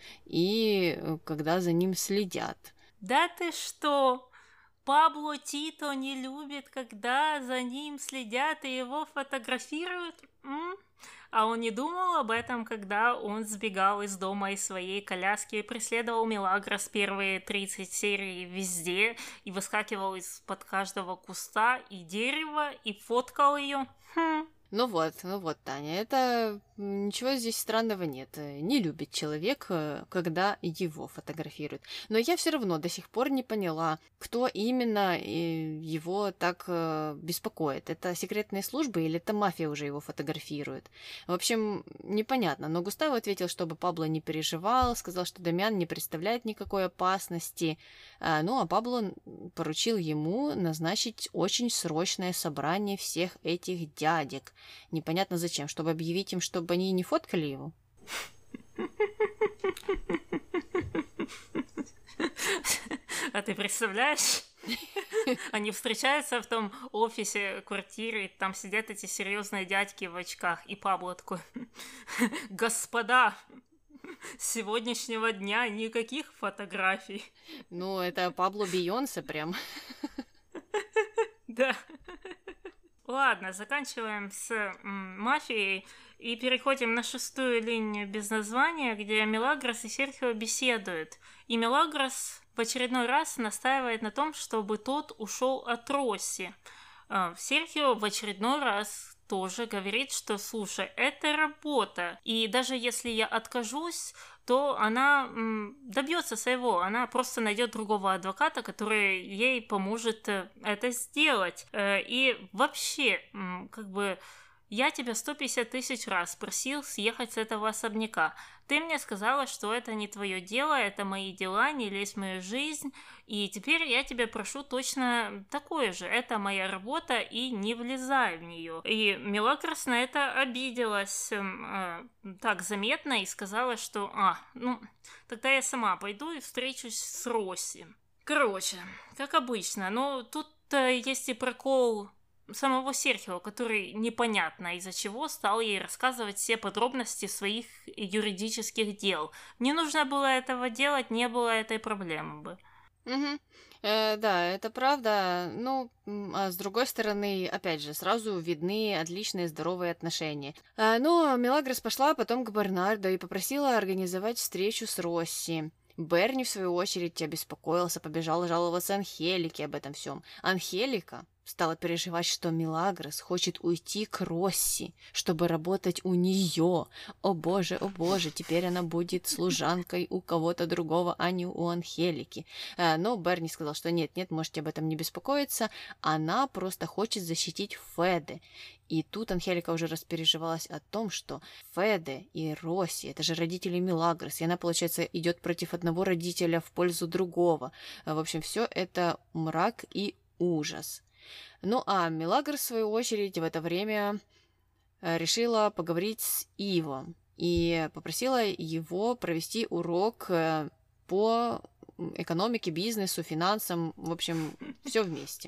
и э, когда за ним следят. Да ты что? Пабло Тито не любит, когда за ним следят и его фотографируют? М? А он не думал об этом, когда он сбегал из дома из своей коляски и преследовал Милагрос первые тридцать серий везде и выскакивал из-под каждого куста и дерева и фоткал ее? Хм. Ну вот, ну вот, Таня, это м, ничего здесь странного нет. Э, Не любит человек, э, когда его фотографируют. Но я все равно до сих пор не поняла, кто именно э, его так э, беспокоит. Это секретные службы или это мафия уже его фотографирует? В общем, непонятно. Но Густаво ответил, чтобы Пабло не переживал, сказал, что Дамиан не представляет никакой опасности. А, ну, а Пабло м, поручил ему назначить очень срочное собрание всех этих дядек. Непонятно зачем, чтобы объявить им, чтобы они не фоткали его. А ты представляешь? Они встречаются в том офисе, квартире, и там сидят эти серьезные дядьки в очках, и Пабло такой: «Господа, с сегодняшнего дня никаких фотографий». Ну, это Пабло Бейонсе прям. Да. Ладно, заканчиваем с м, мафией и переходим на шестую линию без названия, где Милагрос и Серхио беседуют. И Милагрос в очередной раз настаивает на том, чтобы тот ушел от Росси. А, Серхио в очередной раз тоже говорит, что, слушай, это работа, и даже если я откажусь, то она м, добьется своего, она просто найдет другого адвоката, который ей поможет э, это сделать. Э, и вообще, м, как бы, я тебя сто пятьдесят тысяч раз просил съехать с этого особняка. Ты мне сказала, что это не твое дело, это мои дела, не лезь в мою жизнь, и теперь я тебя прошу точно такое же. Это моя работа, и не влезай в нее. И Милагрос на это обиделась э, так заметно и сказала, что «А, ну, тогда я сама пойду и встречусь с Росси». Короче, как обычно, но тут э, есть и прокол самого Серхио, который непонятно из-за чего стал ей рассказывать все подробности своих юридических дел. Не нужно было этого делать, не было этой проблемы бы. Угу. Э, да, это правда. Ну, м, а с другой стороны, опять же, сразу видны отличные здоровые отношения. А, но Милагрос пошла потом к Бернардо и попросила организовать встречу с Росси. Берни, в свою очередь, обеспокоился, побежал жаловаться Анхелике об этом всем. Анхелика стала переживать, что Мелагрос хочет уйти к Росси, чтобы работать у нее. О боже, о боже, теперь она будет служанкой у кого-то другого, а не у Анхелики. Но Берни сказал, что нет, нет, можете об этом не беспокоиться, она просто хочет защитить Феде. И тут Анхелика уже распереживалась о том, что Феде и Росси, это же родители Мелагрос, и она, получается, идет против одного родителя в пользу другого. В общем, все это мрак и ужас. Ну а Мелагрос, в свою очередь, в это время решила поговорить с Иво и попросила его провести урок по экономике, бизнесу, финансам, в общем, все вместе.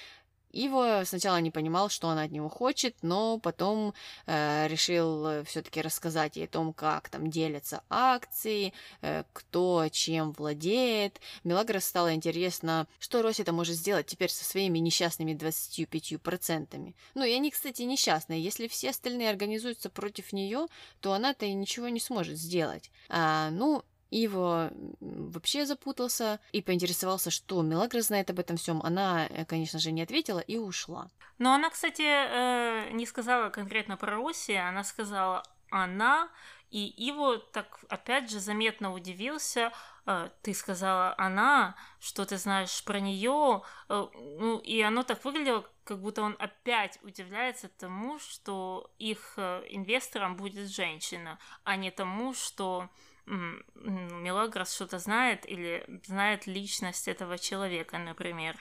Иво сначала не понимал, что она от него хочет, но потом э, решил все-таки рассказать ей о том, как там делятся акции, э, кто чем владеет. Мелагрос стало интересно, что Росси-то может сделать теперь со своими несчастными двадцатью пятью процентами. Ну и они, кстати, несчастные. Если все остальные организуются против нее, то она-то и ничего не сможет сделать. А, ну... Иво вообще запутался и поинтересовался, что Мелагрос знает об этом всем. Она, конечно же, не ответила и ушла. Но она, кстати, не сказала конкретно про Росси, она сказала «она», и Иво так, опять же, заметно удивился. Ты сказала «она», что ты знаешь про нее, ну, и оно так выглядело, как будто он опять удивляется тому, что их инвестором будет женщина, а не тому, что Мелагрос что-то знает или знает личность этого человека, например.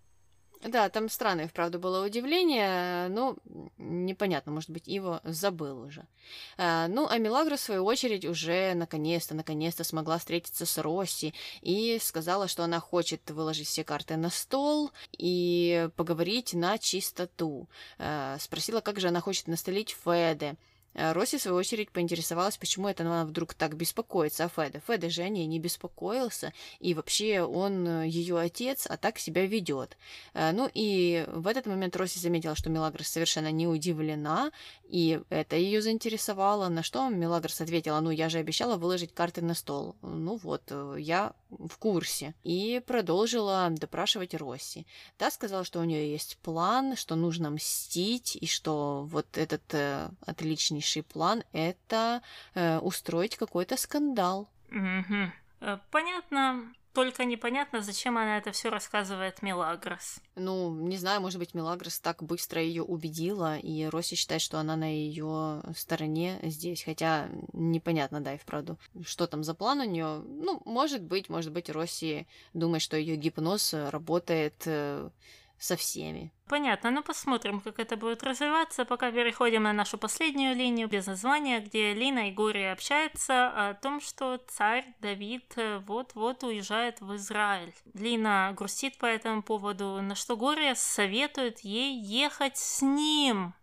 Да, там странное, вправду, было удивление, но непонятно, может быть, Иво забыл уже. А, ну, а Мелагрос, в свою очередь, уже наконец-то, наконец-то смогла встретиться с Росси и сказала, что она хочет выложить все карты на стол и поговорить на чистоту. А, спросила, как же она хочет настелить Феде. Росси, в свою очередь, поинтересовалась, почему это она вдруг так беспокоится о Феде. Феде же о ней не беспокоился, и вообще он ее отец, а так себя ведет. Ну и в этот момент Росси заметила, что Мелагрос совершенно не удивлена, и это ее заинтересовало, на что Мелагрос ответила: ну, я же обещала выложить карты на стол. Ну вот, я в курсе. И продолжила допрашивать Росси. Та сказала, что у нее есть план, что нужно мстить, и что вот этот э, отличный план — это э, устроить какой-то скандал. Угу. Понятно, только непонятно, зачем она это все рассказывает Мелагрос. Ну, не знаю, может быть, Мелагрос так быстро ее убедила, и Росси считает, что она на ее стороне здесь, хотя непонятно, да, и вправду, что там за план у нее. Ну, может быть, может быть, Росси думает, что ее гипноз работает э, со всеми. Понятно, ну посмотрим, как это будет развиваться. Пока переходим на нашу последнюю линию без названия, где Лина и Гори общаются о том, что царь Давид вот-вот уезжает в Израиль. Лина грустит по этому поводу, на что Гори советует ей ехать с ним.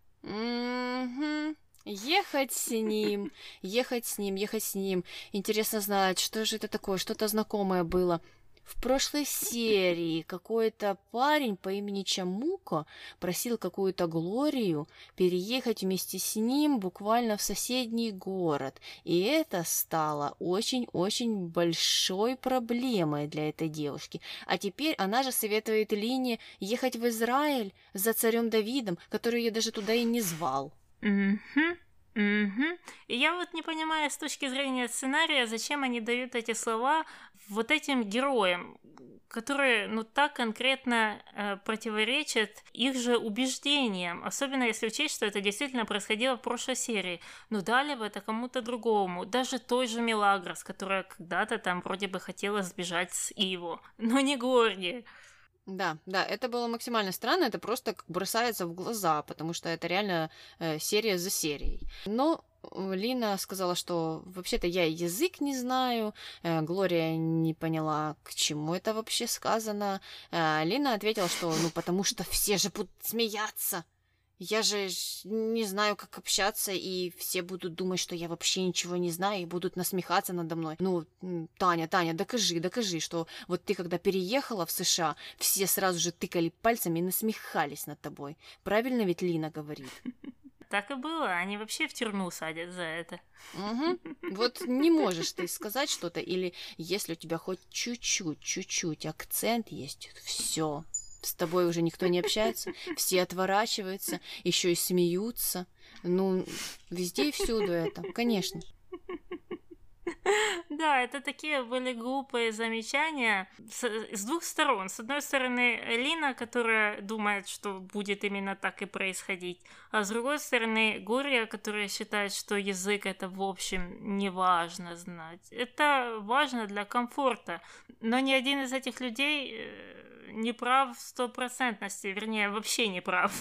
Mm-hmm. Ехать с ним, ехать с ним, ехать с ним. Интересно знать, что же это такое, что-то знакомое было. В прошлой серии какой-то парень по имени Чамуко просил какую-то Глорию переехать вместе с ним буквально в соседний город. И это стало очень-очень большой проблемой для этой девушки. А теперь она же советует Лине ехать в Израиль за царем Давидом, который ее даже туда и не звал. Mm-hmm. Угу. И я вот не понимаю с точки зрения сценария, зачем они дают эти слова вот этим героям, которые, ну, так конкретно э, противоречат их же убеждениям, особенно если учесть, что это действительно происходило в прошлой серии. Ну, дали бы это кому-то другому, даже той же Мелагрос, которая когда-то там вроде бы хотела сбежать с Иво, но не Гори. Да, да, это было максимально странно, это просто бросается в глаза, потому что это реально э, серия за серией. Но Лина сказала, что вообще-то я язык не знаю, э, Глория не поняла, к чему это вообще сказано. Э, Лина ответила, что ну потому что все же будут смеяться. Я же не знаю, как общаться, и все будут думать, что я вообще ничего не знаю, и будут насмехаться надо мной. Ну, Таня, Таня, докажи, докажи, что вот ты, когда переехала в США, все сразу же тыкали пальцами и насмехались над тобой. Правильно ведь Лина говорит? Так и было, они вообще в тюрьму садят за это. Угу. Вот не можешь ты сказать что-то, или если у тебя хоть чуть-чуть, чуть-чуть акцент есть, все. С тобой уже никто не общается, все отворачиваются, еще и смеются. Ну, везде и всюду это, конечно. Да, это такие были глупые замечания с, с двух сторон. С одной стороны, Лина, которая думает, что будет именно так и происходить, а с другой стороны, Гурия, которая считает, что язык это, в общем, не важно знать. Это важно для комфорта, но ни один из этих людей не прав в стопроцентности, вернее, вообще не прав.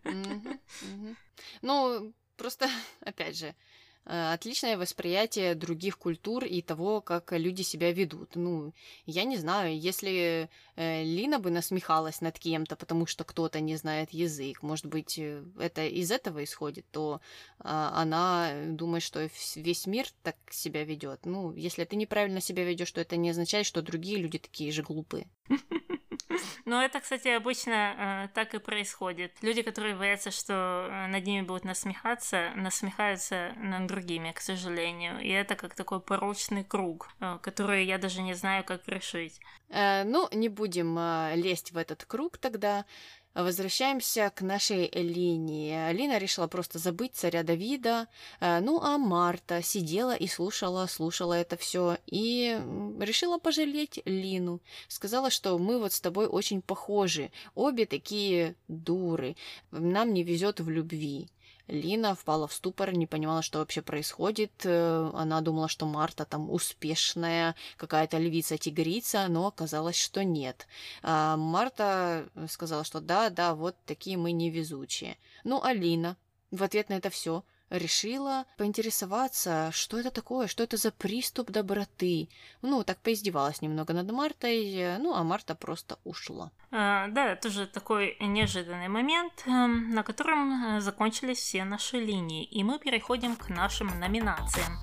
Ну, просто, опять же, отличное восприятие других культур и того, как люди себя ведут. Ну, я не знаю, если э, Лина бы насмехалась над кем-то, потому что кто-то не знает язык, может быть, это из этого исходит, то э, она думает, что весь мир так себя ведет. Ну, если ты неправильно себя ведешь, то это не означает, что другие люди такие же глупые. Но это, кстати, обычно э, так и происходит. Люди, которые боятся, что над ними будут насмехаться, насмехаются над другими, к сожалению. И это как такой порочный круг, э, который я даже не знаю, как решить. Э, ну, не будем э, лезть в этот круг тогда. Возвращаемся к нашей Лине. Лина решила просто забыть царя Давида. Ну, а Марта сидела и слушала, слушала это все и решила пожалеть Лину. Сказала, что мы вот с тобой очень похожи. Обе такие дуры. Нам не везет в любви. Лина впала в ступор, не понимала, что вообще происходит. Она думала, что Марта там успешная, какая-то львица-тигрица, но оказалось, что нет. А Марта сказала, что да, да, вот такие мы невезучие. Ну, а Лина в ответ на это все решила поинтересоваться, что это такое, что это за приступ доброты. Ну, так поиздевалась немного над Мартой, ну, а Марта просто ушла. А, да, тоже такой неожиданный момент, на котором закончились все наши линии, и мы переходим к нашим номинациям.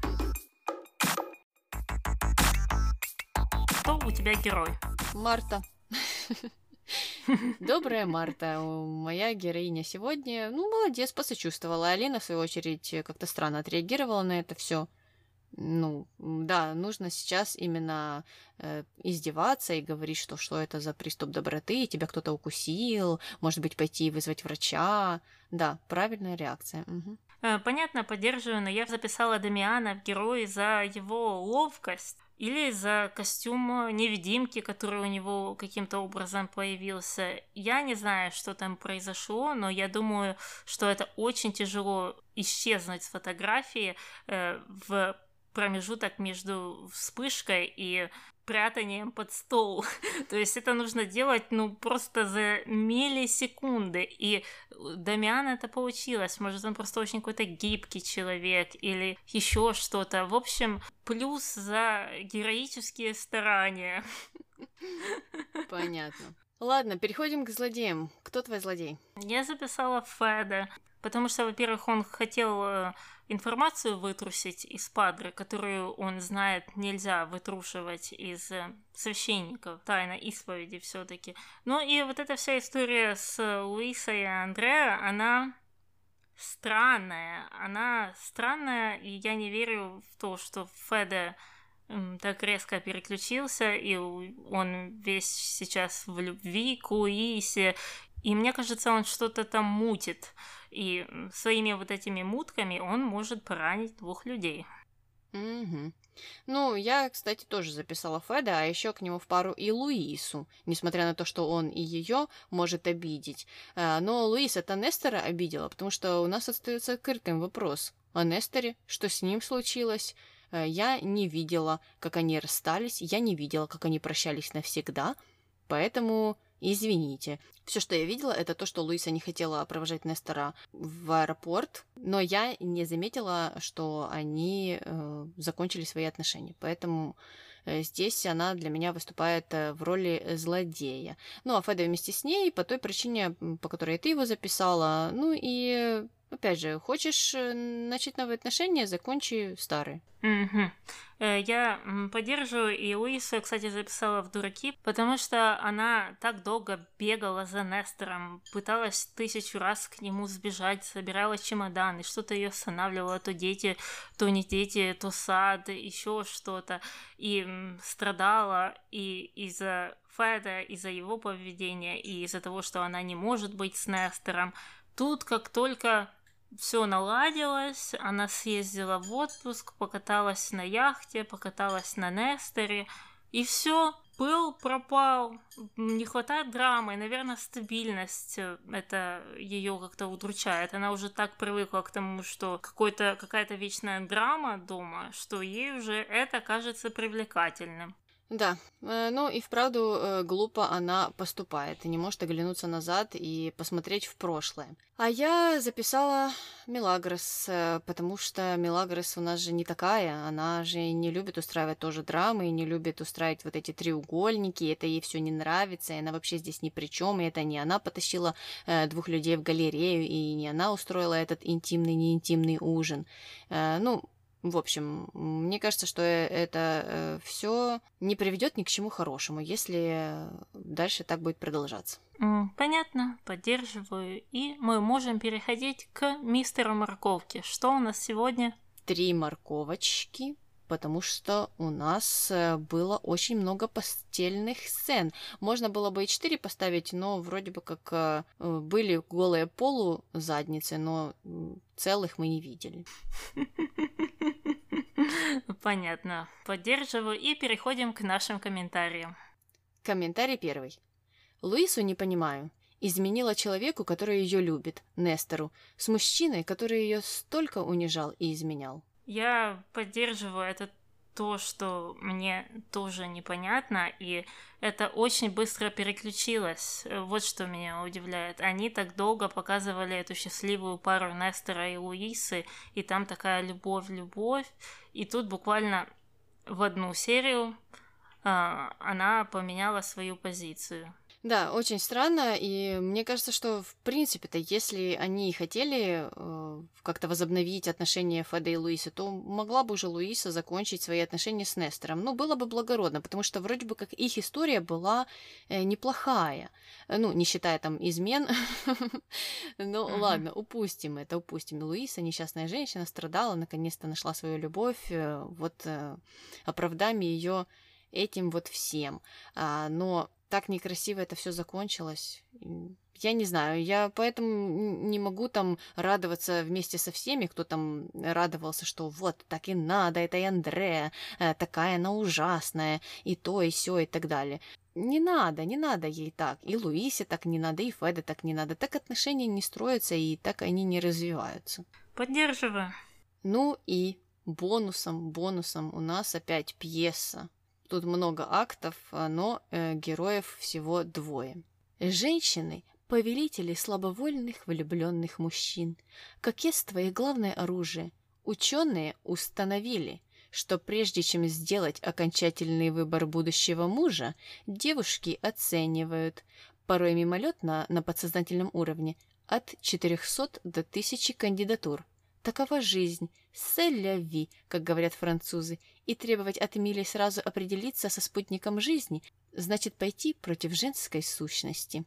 Кто у тебя герой? Марта. Добрая Марта, моя героиня сегодня, ну, молодец, посочувствовала. Алина, в свою очередь, как-то странно отреагировала на это все. Ну, да, нужно сейчас именно э, издеваться и говорить, что что это за приступ доброты, тебя кто-то укусил, может быть, пойти и вызвать врача. Да, правильная реакция. Угу. Понятно, поддерживаю, но я записала Дамиана в герои за его ловкость или за костюм невидимки, который у него каким-то образом появился. Я не знаю, что там произошло, но я думаю, что это очень тяжело исчезнуть с фотографии э, в промежуток между вспышкой и прятанием под стол. То есть это нужно делать, ну, просто за миллисекунды. И Дамиан это получилось. Может, он просто очень какой-то гибкий человек или еще что-то. В общем, плюс за героические старания. Понятно. Ладно, переходим к злодеям. Кто твой злодей? Я записала Феда, потому что, во-первых, он хотел информацию вытрусить из Падре, которую он знает, нельзя вытрушивать из священников, тайна исповеди все-таки. Ну и вот эта вся история с Луисой и Андреа, она странная. Она странная, и я не верю в то, что Феда так резко переключился, и он весь сейчас в любви к Луисе. И мне кажется, он что-то там мутит. И своими вот этими мутками он может поранить двух людей. Угу. Ну, я, кстати, тоже записала Феда, а еще к нему в пару и Луису, несмотря на то, что он и ее может обидеть. Но Луис это Нестора обидела, потому что у нас остается открытым вопрос о Несторе, что с ним случилось. Я не видела, как они расстались, я не видела, как они прощались навсегда, поэтому... Извините. Все, что я видела, это то, что Луиса не хотела провожать Нестора в аэропорт, но я не заметила, что они э, закончили свои отношения. Поэтому э, здесь она для меня выступает э, в роли злодея. Ну, а Феда вместе с ней по той причине, по которой ты его записала. Ну и опять же, хочешь э, начать новые отношения, закончи старые. Угу. Я поддерживаю, и Луису я, кстати, записала в дураки, потому что она так долго бегала за Нестором, пыталась тысячу раз к нему сбежать, собирала чемоданы, что-то ее останавливало, то дети, то не дети, то сад, еще что-то, и страдала, и из-за Феда, из-за его поведения, и из-за того, что она не может быть с Нестором. Тут как только все наладилось, она съездила в отпуск, покаталась на яхте, покаталась на Несторе, и все, пыл пропал, не хватает драмы, наверное, стабильность, это ее как-то удручает. Она уже так привыкла к тому, что какой-то, какая-то вечная драма дома, что ей уже это кажется привлекательным. Да, ну и вправду глупо она поступает и не может оглянуться назад и посмотреть в прошлое. А я записала Мелагрос, потому что Мелагрос у нас же не такая, она же не любит устраивать тоже драмы, не любит устраивать вот эти треугольники, это ей все не нравится, и она вообще здесь ни при чем, и это не она потащила двух людей в галерею, и не она устроила этот интимный, неинтимный ужин. Ну, в общем, мне кажется, что это э, все не приведет ни к чему хорошему, если дальше так будет продолжаться. Понятно, поддерживаю. И мы можем переходить к мистеру Морковке. Что у нас сегодня? Три морковочки, потому что у нас было очень много постельных сцен. Можно было бы и четыре поставить, но вроде бы как были голые полузадницы, но целых мы не видели. Понятно. Поддерживаю. И переходим к нашим комментариям. Комментарий первый. Луису не понимаю. Изменила человеку, который ее любит, Нестору, с мужчиной, который ее столько унижал и изменял. Я поддерживаю это то, что мне тоже непонятно, и это очень быстро переключилось. Вот что меня удивляет. Они так долго показывали эту счастливую пару Нестора и Луисы, и там такая любовь-любовь, и тут буквально в одну серию а, она поменяла свою позицию. Да, очень странно, и мне кажется, что в принципе-то, если они хотели э, как-то возобновить отношения Феда и Луисы, то могла бы уже Луиса закончить свои отношения с Нестором. Ну, было бы благородно, потому что вроде бы как их история была э, неплохая. Ну, не считая там измен. Ну, ладно, упустим это, упустим. Луиса, несчастная женщина, страдала, наконец-то нашла свою любовь, вот оправдаем ее этим вот всем. Но так некрасиво это все закончилось. Я не знаю, я поэтому не могу там радоваться вместе со всеми, кто там радовался, что вот, так и надо, это и Андреа, такая она ужасная, и то, и сё, и так далее. Не надо, не надо ей так. И Луисе так не надо, и Феде так не надо. Так отношения не строятся, и так они не развиваются. Поддерживаю. Ну и бонусом, бонусом у нас опять пьеса. Тут много актов, но э, героев всего двое. Женщины – повелители слабовольных влюбленных мужчин. Кокетство их главное оружие. Ученые установили, что прежде чем сделать окончательный выбор будущего мужа, девушки оценивают, порой мимолетно на подсознательном уровне, от четырехсот до тысячи кандидатур. Такова жизнь, c'est la vie, как говорят французы, и требовать от Эмилии сразу определиться со спутником жизни значит пойти против женской сущности.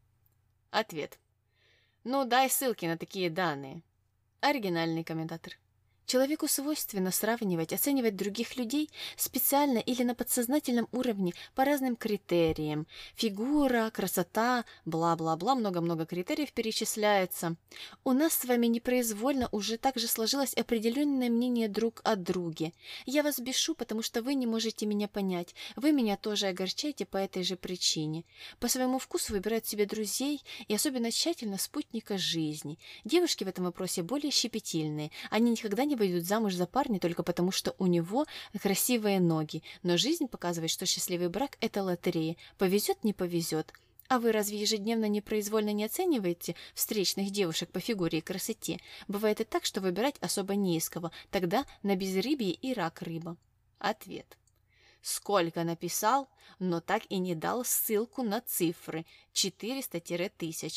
Ответ. Ну, дай ссылки на такие данные. Оригинальный комментатор. Человеку свойственно сравнивать, оценивать других людей специально или на подсознательном уровне по разным критериям. Фигура, красота, бла-бла-бла, много-много критериев перечисляется. У нас с вами непроизвольно уже также сложилось определенное мнение друг о друге. Я вас бешу, потому что вы не можете меня понять. Вы меня тоже огорчаете по этой же причине. По своему вкусу выбирают себе друзей и особенно тщательно спутника жизни. Девушки в этом вопросе более щепетильные. Они никогда не выйдут замуж за парня только потому, что у него красивые ноги. Но жизнь показывает, что счастливый брак – это лотерея. Повезет, не повезет. А вы разве ежедневно непроизвольно не оцениваете встречных девушек по фигуре и красоте? Бывает и так, что выбирать особо не из кого. Тогда на безрыбье и рак рыба. Ответ. Сколько написал, но так и не дал ссылку на цифры четыреста - тысяча.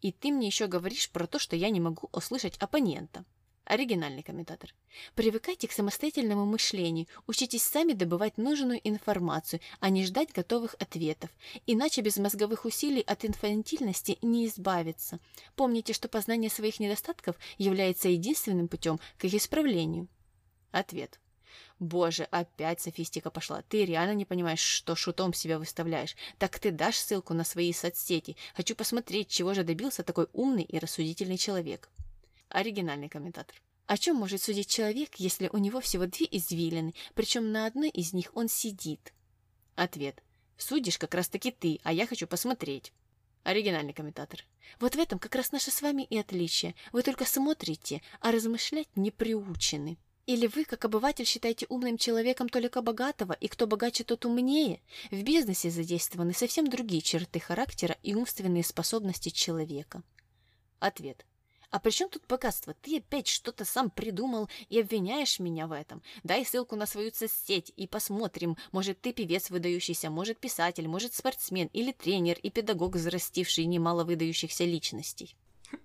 И ты мне еще говоришь про то, что я не могу услышать оппонента. Оригинальный комментатор. Привыкайте к самостоятельному мышлению, учитесь сами добывать нужную информацию, а не ждать готовых ответов. Иначе без мозговых усилий от инфантильности не избавиться. Помните, что познание своих недостатков является единственным путем к их исправлению. Ответ. Боже, опять софистика пошла. Ты реально не понимаешь, что шутом себя выставляешь. Так ты дашь ссылку на свои соцсети. Хочу посмотреть, чего же добился такой умный и рассудительный человек. Оригинальный комментатор. О чем может судить человек, если у него всего две извилины, причем на одной из них он сидит? Ответ. Судишь как раз-таки ты, а я хочу посмотреть. Оригинальный комментатор. Вот в этом как раз наше с вами и отличие. Вы только смотрите, а размышлять не приучены. Или вы, как обыватель, считаете умным человеком только богатого, и кто богаче, тот умнее? В бизнесе задействованы совсем другие черты характера и умственные способности человека. Ответ. А при чем тут богатство? Ты опять что-то сам придумал и обвиняешь меня в этом. Дай ссылку на свою соцсеть и посмотрим. Может, ты певец выдающийся, может, писатель, может, спортсмен или тренер и педагог, взрастивший немало выдающихся личностей.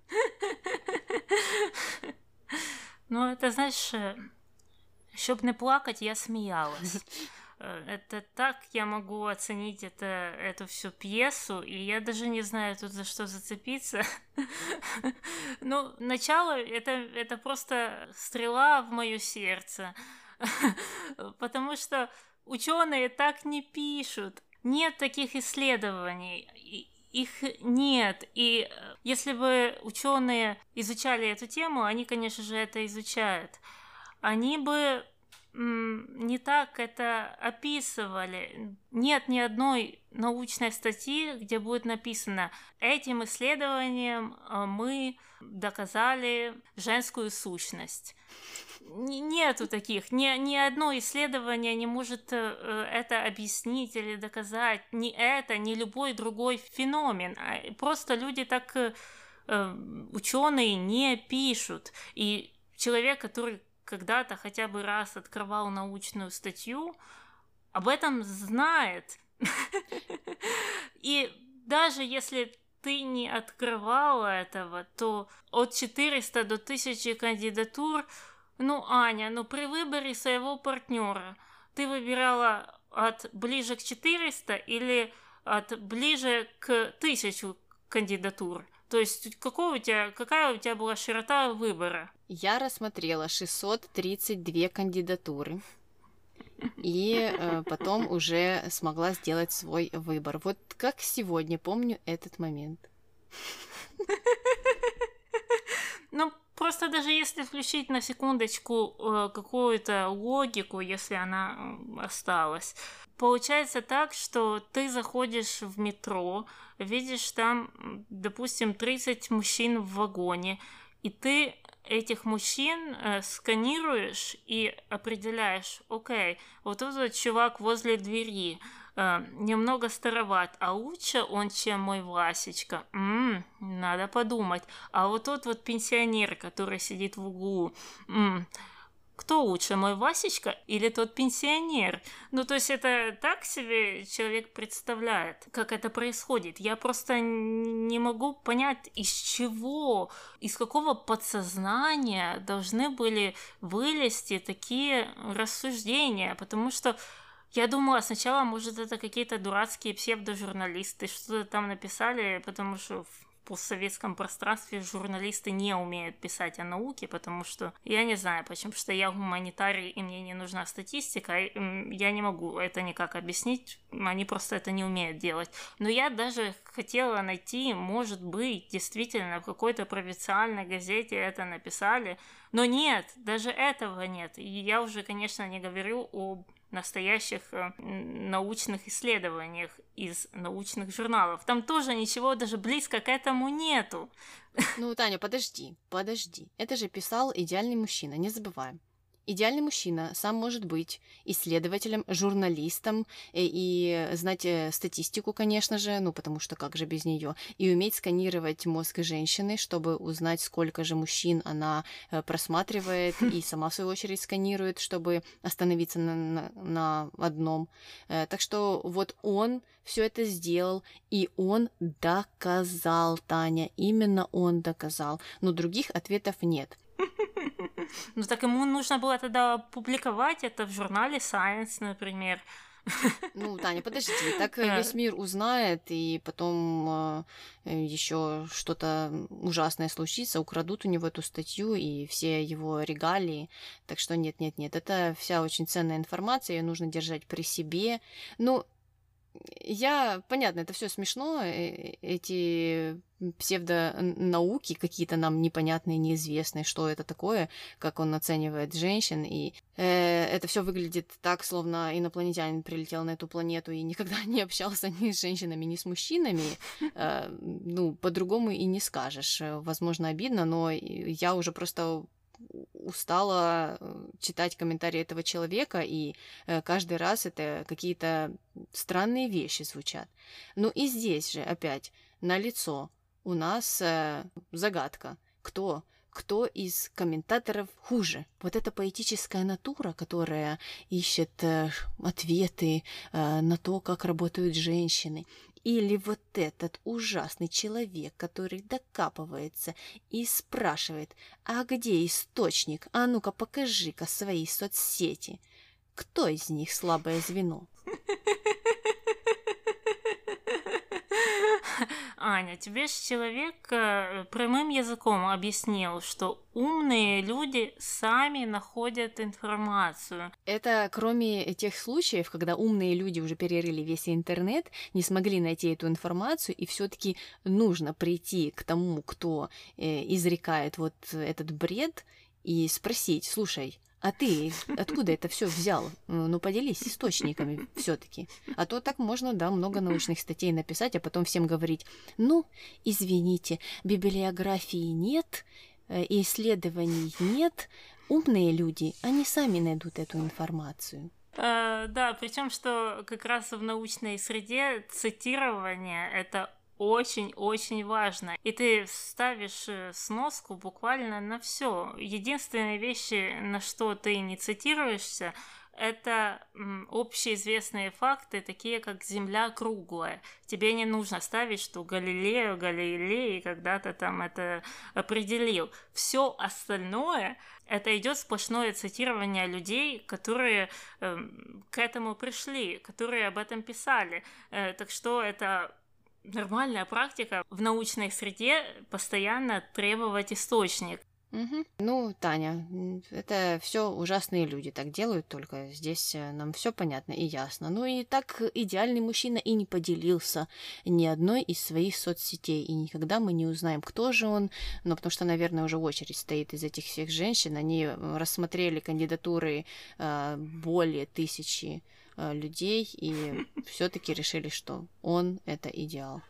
Ну, это, знаешь, чтоб не плакать, я смеялась. Это так я могу оценить это, эту всю пьесу, и я даже не знаю тут за что зацепиться. Ну, начало это, это просто стрела в мое сердце, потому что ученые так не пишут. Нет таких исследований, их нет. И если бы ученые изучали эту тему, они, конечно же, это изучают, они бы не так это описывали. Нет ни одной научной статьи, где будет написано: этим исследованием мы доказали женскую сущность. Нету таких. Ни, ни одно исследование не может это объяснить или доказать. Ни это, ни любой другой феномен. Просто люди так, ученые, не пишут. И человек, который когда-то хотя бы раз открывал научную статью, об этом знает. И даже если ты не открывала этого, то от четырёхсот до тысячи кандидатур, ну, Аня, ну при выборе своего партнера ты выбирала от ближе к четырёмстам или от ближе к тысячу кандидатур? То есть какой у тебя, какая у тебя была широта выбора? Я рассмотрела шестьсот тридцать две кандидатуры и э, потом уже смогла сделать свой выбор. Вот как сегодня помню этот момент. Ну, просто даже если включить на секундочку э, какую-то логику, если она э, осталась, получается так, что ты заходишь в метро, видишь там, допустим, тридцать мужчин в вагоне, и ты этих мужчин э, сканируешь и определяешь: окей, вот этот чувак возле двери э, немного староват, а лучше он, чем мой Васечка. М-м, надо подумать. А вот тот вот пенсионер, который сидит в углу, м-м, кто лучше, мой Васечка или тот пенсионер? Ну, то есть это так себе человек представляет, как это происходит. Я просто не могу понять, из чего, из какого подсознания должны были вылезти такие рассуждения, потому что я думала сначала, может, это какие-то дурацкие псевдожурналисты что-то там написали, потому что в постсоветском пространстве журналисты не умеют писать о науке, потому что, я не знаю почему, что я гуманитарий, и мне не нужна статистика, я не могу это никак объяснить, они просто это не умеют делать. Но я даже хотела найти, может быть, действительно в какой-то провинциальной газете это написали, но нет, даже этого нет. И я уже, конечно, не говорю о настоящих э, научных исследованиях из научных журналов. Там тоже ничего даже близко к этому нету. Ну, Таня, подожди, подожди. Это же писал идеальный мужчина, не забываем. идеальный мужчина сам может быть исследователем, журналистом и, и знать статистику, конечно же, ну потому что как же без нее, и уметь сканировать мозг женщины, чтобы узнать, сколько же мужчин она просматривает, и сама в свою очередь сканирует, чтобы остановиться на, на, на одном. Так что вот он все это сделал, и он доказал, Таня, именно он доказал, но других ответов нет. Ну так ему нужно было тогда публиковать это в журнале Science, например. Ну, Таня, подожди, так весь мир узнает, и потом э, еще что-то ужасное случится, украдут у него эту статью и все его регалии. Так что нет-нет-нет, это вся очень ценная информация, ее нужно держать при себе. Ну, я, понятно, это все смешно, эти псевдонауки какие-то нам непонятные, неизвестные, что это такое, как он оценивает женщин, и э, это все выглядит так, словно инопланетянин прилетел на эту планету и никогда не общался ни с женщинами, ни с мужчинами, э, ну, по-другому и не скажешь. Возможно, обидно, но я уже просто устала читать комментарии этого человека, и э, каждый раз это какие-то странные вещи звучат. Ну и здесь же опять налицо у нас э, загадка. Кто? Кто из комментаторов хуже? Вот эта поэтическая натура, которая ищет э, ответы э, на то, как работают женщины, или вот этот ужасный человек, который докапывается и спрашивает, а где источник? А ну-ка покажи-ка свои соцсети. Кто из них слабое звено? Аня, тебе же человек прямым языком объяснил, что умные люди сами находят информацию. Это кроме тех случаев, когда умные люди уже перерыли весь интернет, не смогли найти эту информацию, и все-таки нужно прийти к тому, кто э, изрекает вот этот бред, и спросить: слушай, а ты откуда это все взял? Ну, поделись источниками все-таки. А то так можно, да, много научных статей написать, а потом всем говорить: ну, извините, библиографии нет, исследований нет. Умные люди, они сами найдут эту информацию. Uh, да, причем что как раз в научной среде цитирование — это очень-очень важно. И ты ставишь сноску буквально на все. Единственные вещи, на что ты не цитируешься, это м, общеизвестные факты, такие как Земля круглая. Тебе не нужно ставить, что Галилео Галилей когда-то там это определил. Все остальное — это идет сплошное цитирование людей, которые э, к этому пришли, которые об этом писали. Э, так что это нормальная практика в научной среде постоянно требовать источник. Угу. Ну, Таня, это все ужасные люди так делают, только здесь нам все понятно и ясно. Ну и так идеальный мужчина и не поделился ни одной из своих соцсетей, и никогда мы не узнаем, кто же он, но потому что, наверное, уже очередь стоит из этих всех женщин, они рассмотрели кандидатуры э, более тысячи э, людей и все-таки решили, что он — это идеал.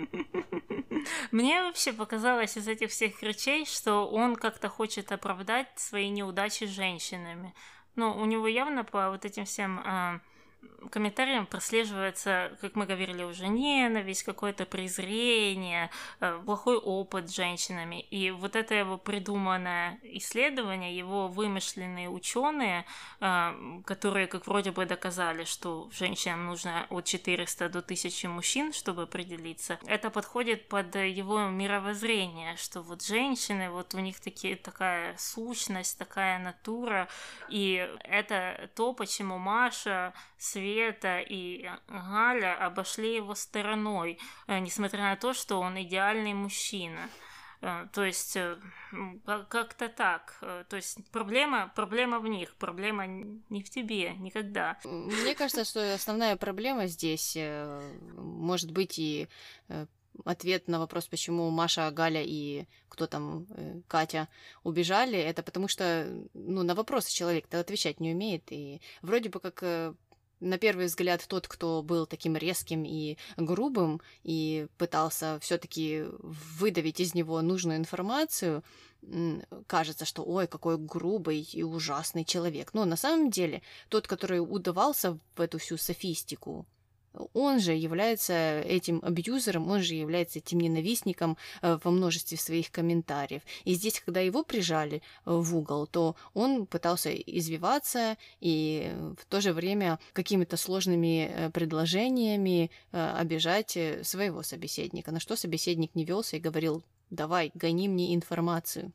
Мне вообще показалось из этих всех речей, что он как-то хочет оправдать свои неудачи с женщинами. Ну, у него явно по вот этим всем э, комментариям прослеживается, как мы говорили уже, ненависть, какое-то презрение, э, плохой опыт с женщинами. И вот это его придуманное исследование, его вымышленные ученые, э, которые как вроде бы доказали, что женщинам нужно от четырёхсот до тысячи мужчин, чтобы определиться, это подходит под его мировоззрение, что вот женщины, вот у них такие, такая сущность, такая натура, и это то, почему Маша, Света и Галя обошли его стороной, несмотря на то, что он идеальный мужчина. То есть как-то так. То есть проблема, проблема в них, проблема не в тебе никогда. Мне кажется, что основная проблема здесь может быть и ответ на вопрос, почему Маша, Галя и кто там, Катя убежали, это потому что, ну, на вопросы человек-то отвечать не умеет, и вроде бы как на первый взгляд тот, кто был таким резким и грубым и пытался все-таки выдавить из него нужную информацию, кажется, что ой, какой грубый и ужасный человек. Но на самом деле тот, который удавался в эту всю софистику, он же является этим абьюзером, он же является этим ненавистником во множестве своих комментариев. И здесь, когда его прижали в угол, то он пытался извиваться и в то же время какими-то сложными предложениями обижать своего собеседника, на что собеседник не велся и говорил: давай, гони мне информацию.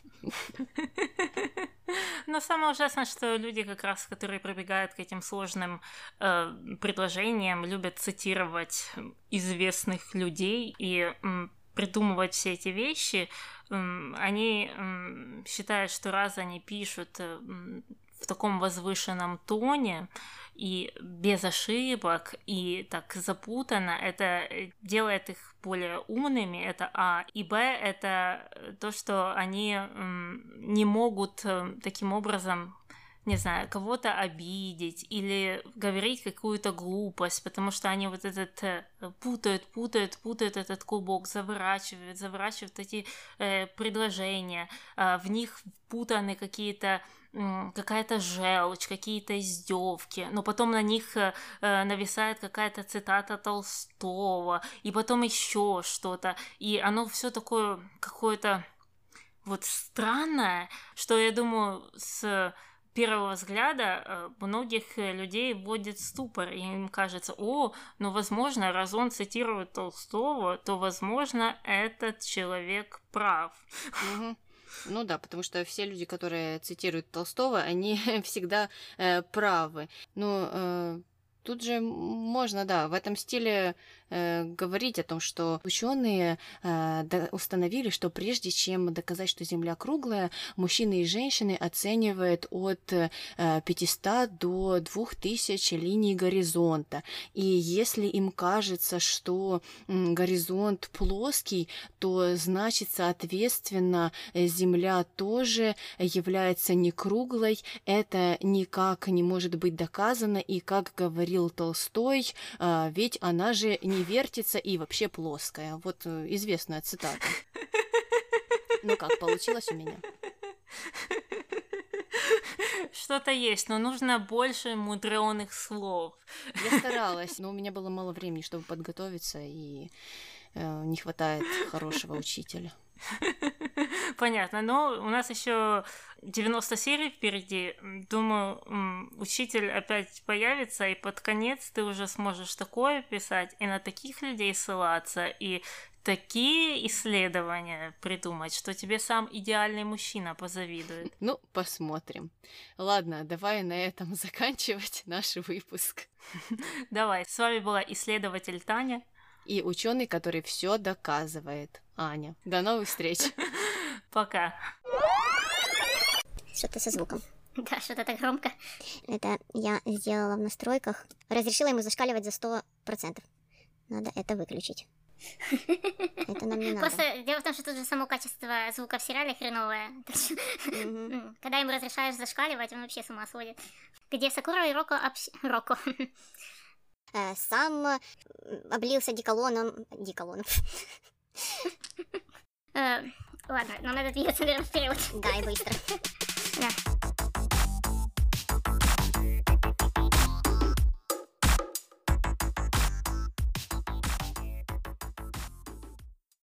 Но самое ужасное, что люди, как раз, которые прибегают к этим сложным э, предложениям, любят цитировать известных людей и э, придумывать все эти вещи. Э, они э, считают, что раз они пишут э, в таком возвышенном тоне и без ошибок, и так запутанно, это делает их более умными, это А. И Б, это то, что они м, не могут м, таким образом, не знаю, кого-то обидеть или говорить какую-то глупость, потому что они вот этот э, путают, путают, путают этот клубок, заворачивают, заворачивают эти э, предложения, э, в них впутаны какие-то какая-то желчь, какие-то издевки, но потом на них э, нависает какая-то цитата Толстого, и потом еще что-то, и оно все такое какое-то вот странное, что, я думаю, с первого взгляда э, многих людей вводит в ступор, и им кажется: о, ну, возможно, раз он цитирует Толстого, то, возможно, этот человек прав. Угу. Ну да, потому что все люди, которые цитируют Толстого, они всегда э, правы. Ну, э, тут же можно, да, в этом стиле э, говорить о том, что ученые э, до- установили, что прежде чем доказать, что Земля круглая, мужчины и женщины оценивают от э, пятисот до двух тысяч линий горизонта. И если им кажется, что м, горизонт плоский, то значит, соответственно, Земля тоже является не круглой. Это никак не может быть доказано, и, как говорил Толстой, а, ведь она же не вертится и вообще плоская. Вот э, известная цитата. Ну как, получилось у меня? Что-то есть, но нужно больше мудреных слов. Я старалась, но у меня было мало времени, чтобы подготовиться, и э, не хватает хорошего учителя. Понятно, но у нас еще девяносто серий впереди. Думаю, учитель опять появится, и под конец ты уже сможешь такое писать, и на таких людей ссылаться, и такие исследования придумать, что тебе сам идеальный мужчина позавидует. Ну, посмотрим. Ладно, давай на этом заканчивать наш выпуск. Давай, с вами была исследователь Таня. И ученый, который все доказывает, Аня. До новых встреч. Пока. Что-то со звуком. Да, что-то так громко. Это я сделала в настройках. Разрешила ему зашкаливать за сто процентов. Надо это выключить. Это нам не надо. Просто дело в том, что тут же само качество звука в сериале хреновое. Так что, Мгм. когда ему разрешаешь зашкаливать, он вообще с ума сходит. Где Сакура и Роко общ... Роко. Э, Сам м, облился деколоном. Деколоном. Э, Ладно, нам надо двигаться, наверное, вперед. Да, и быстро. Да.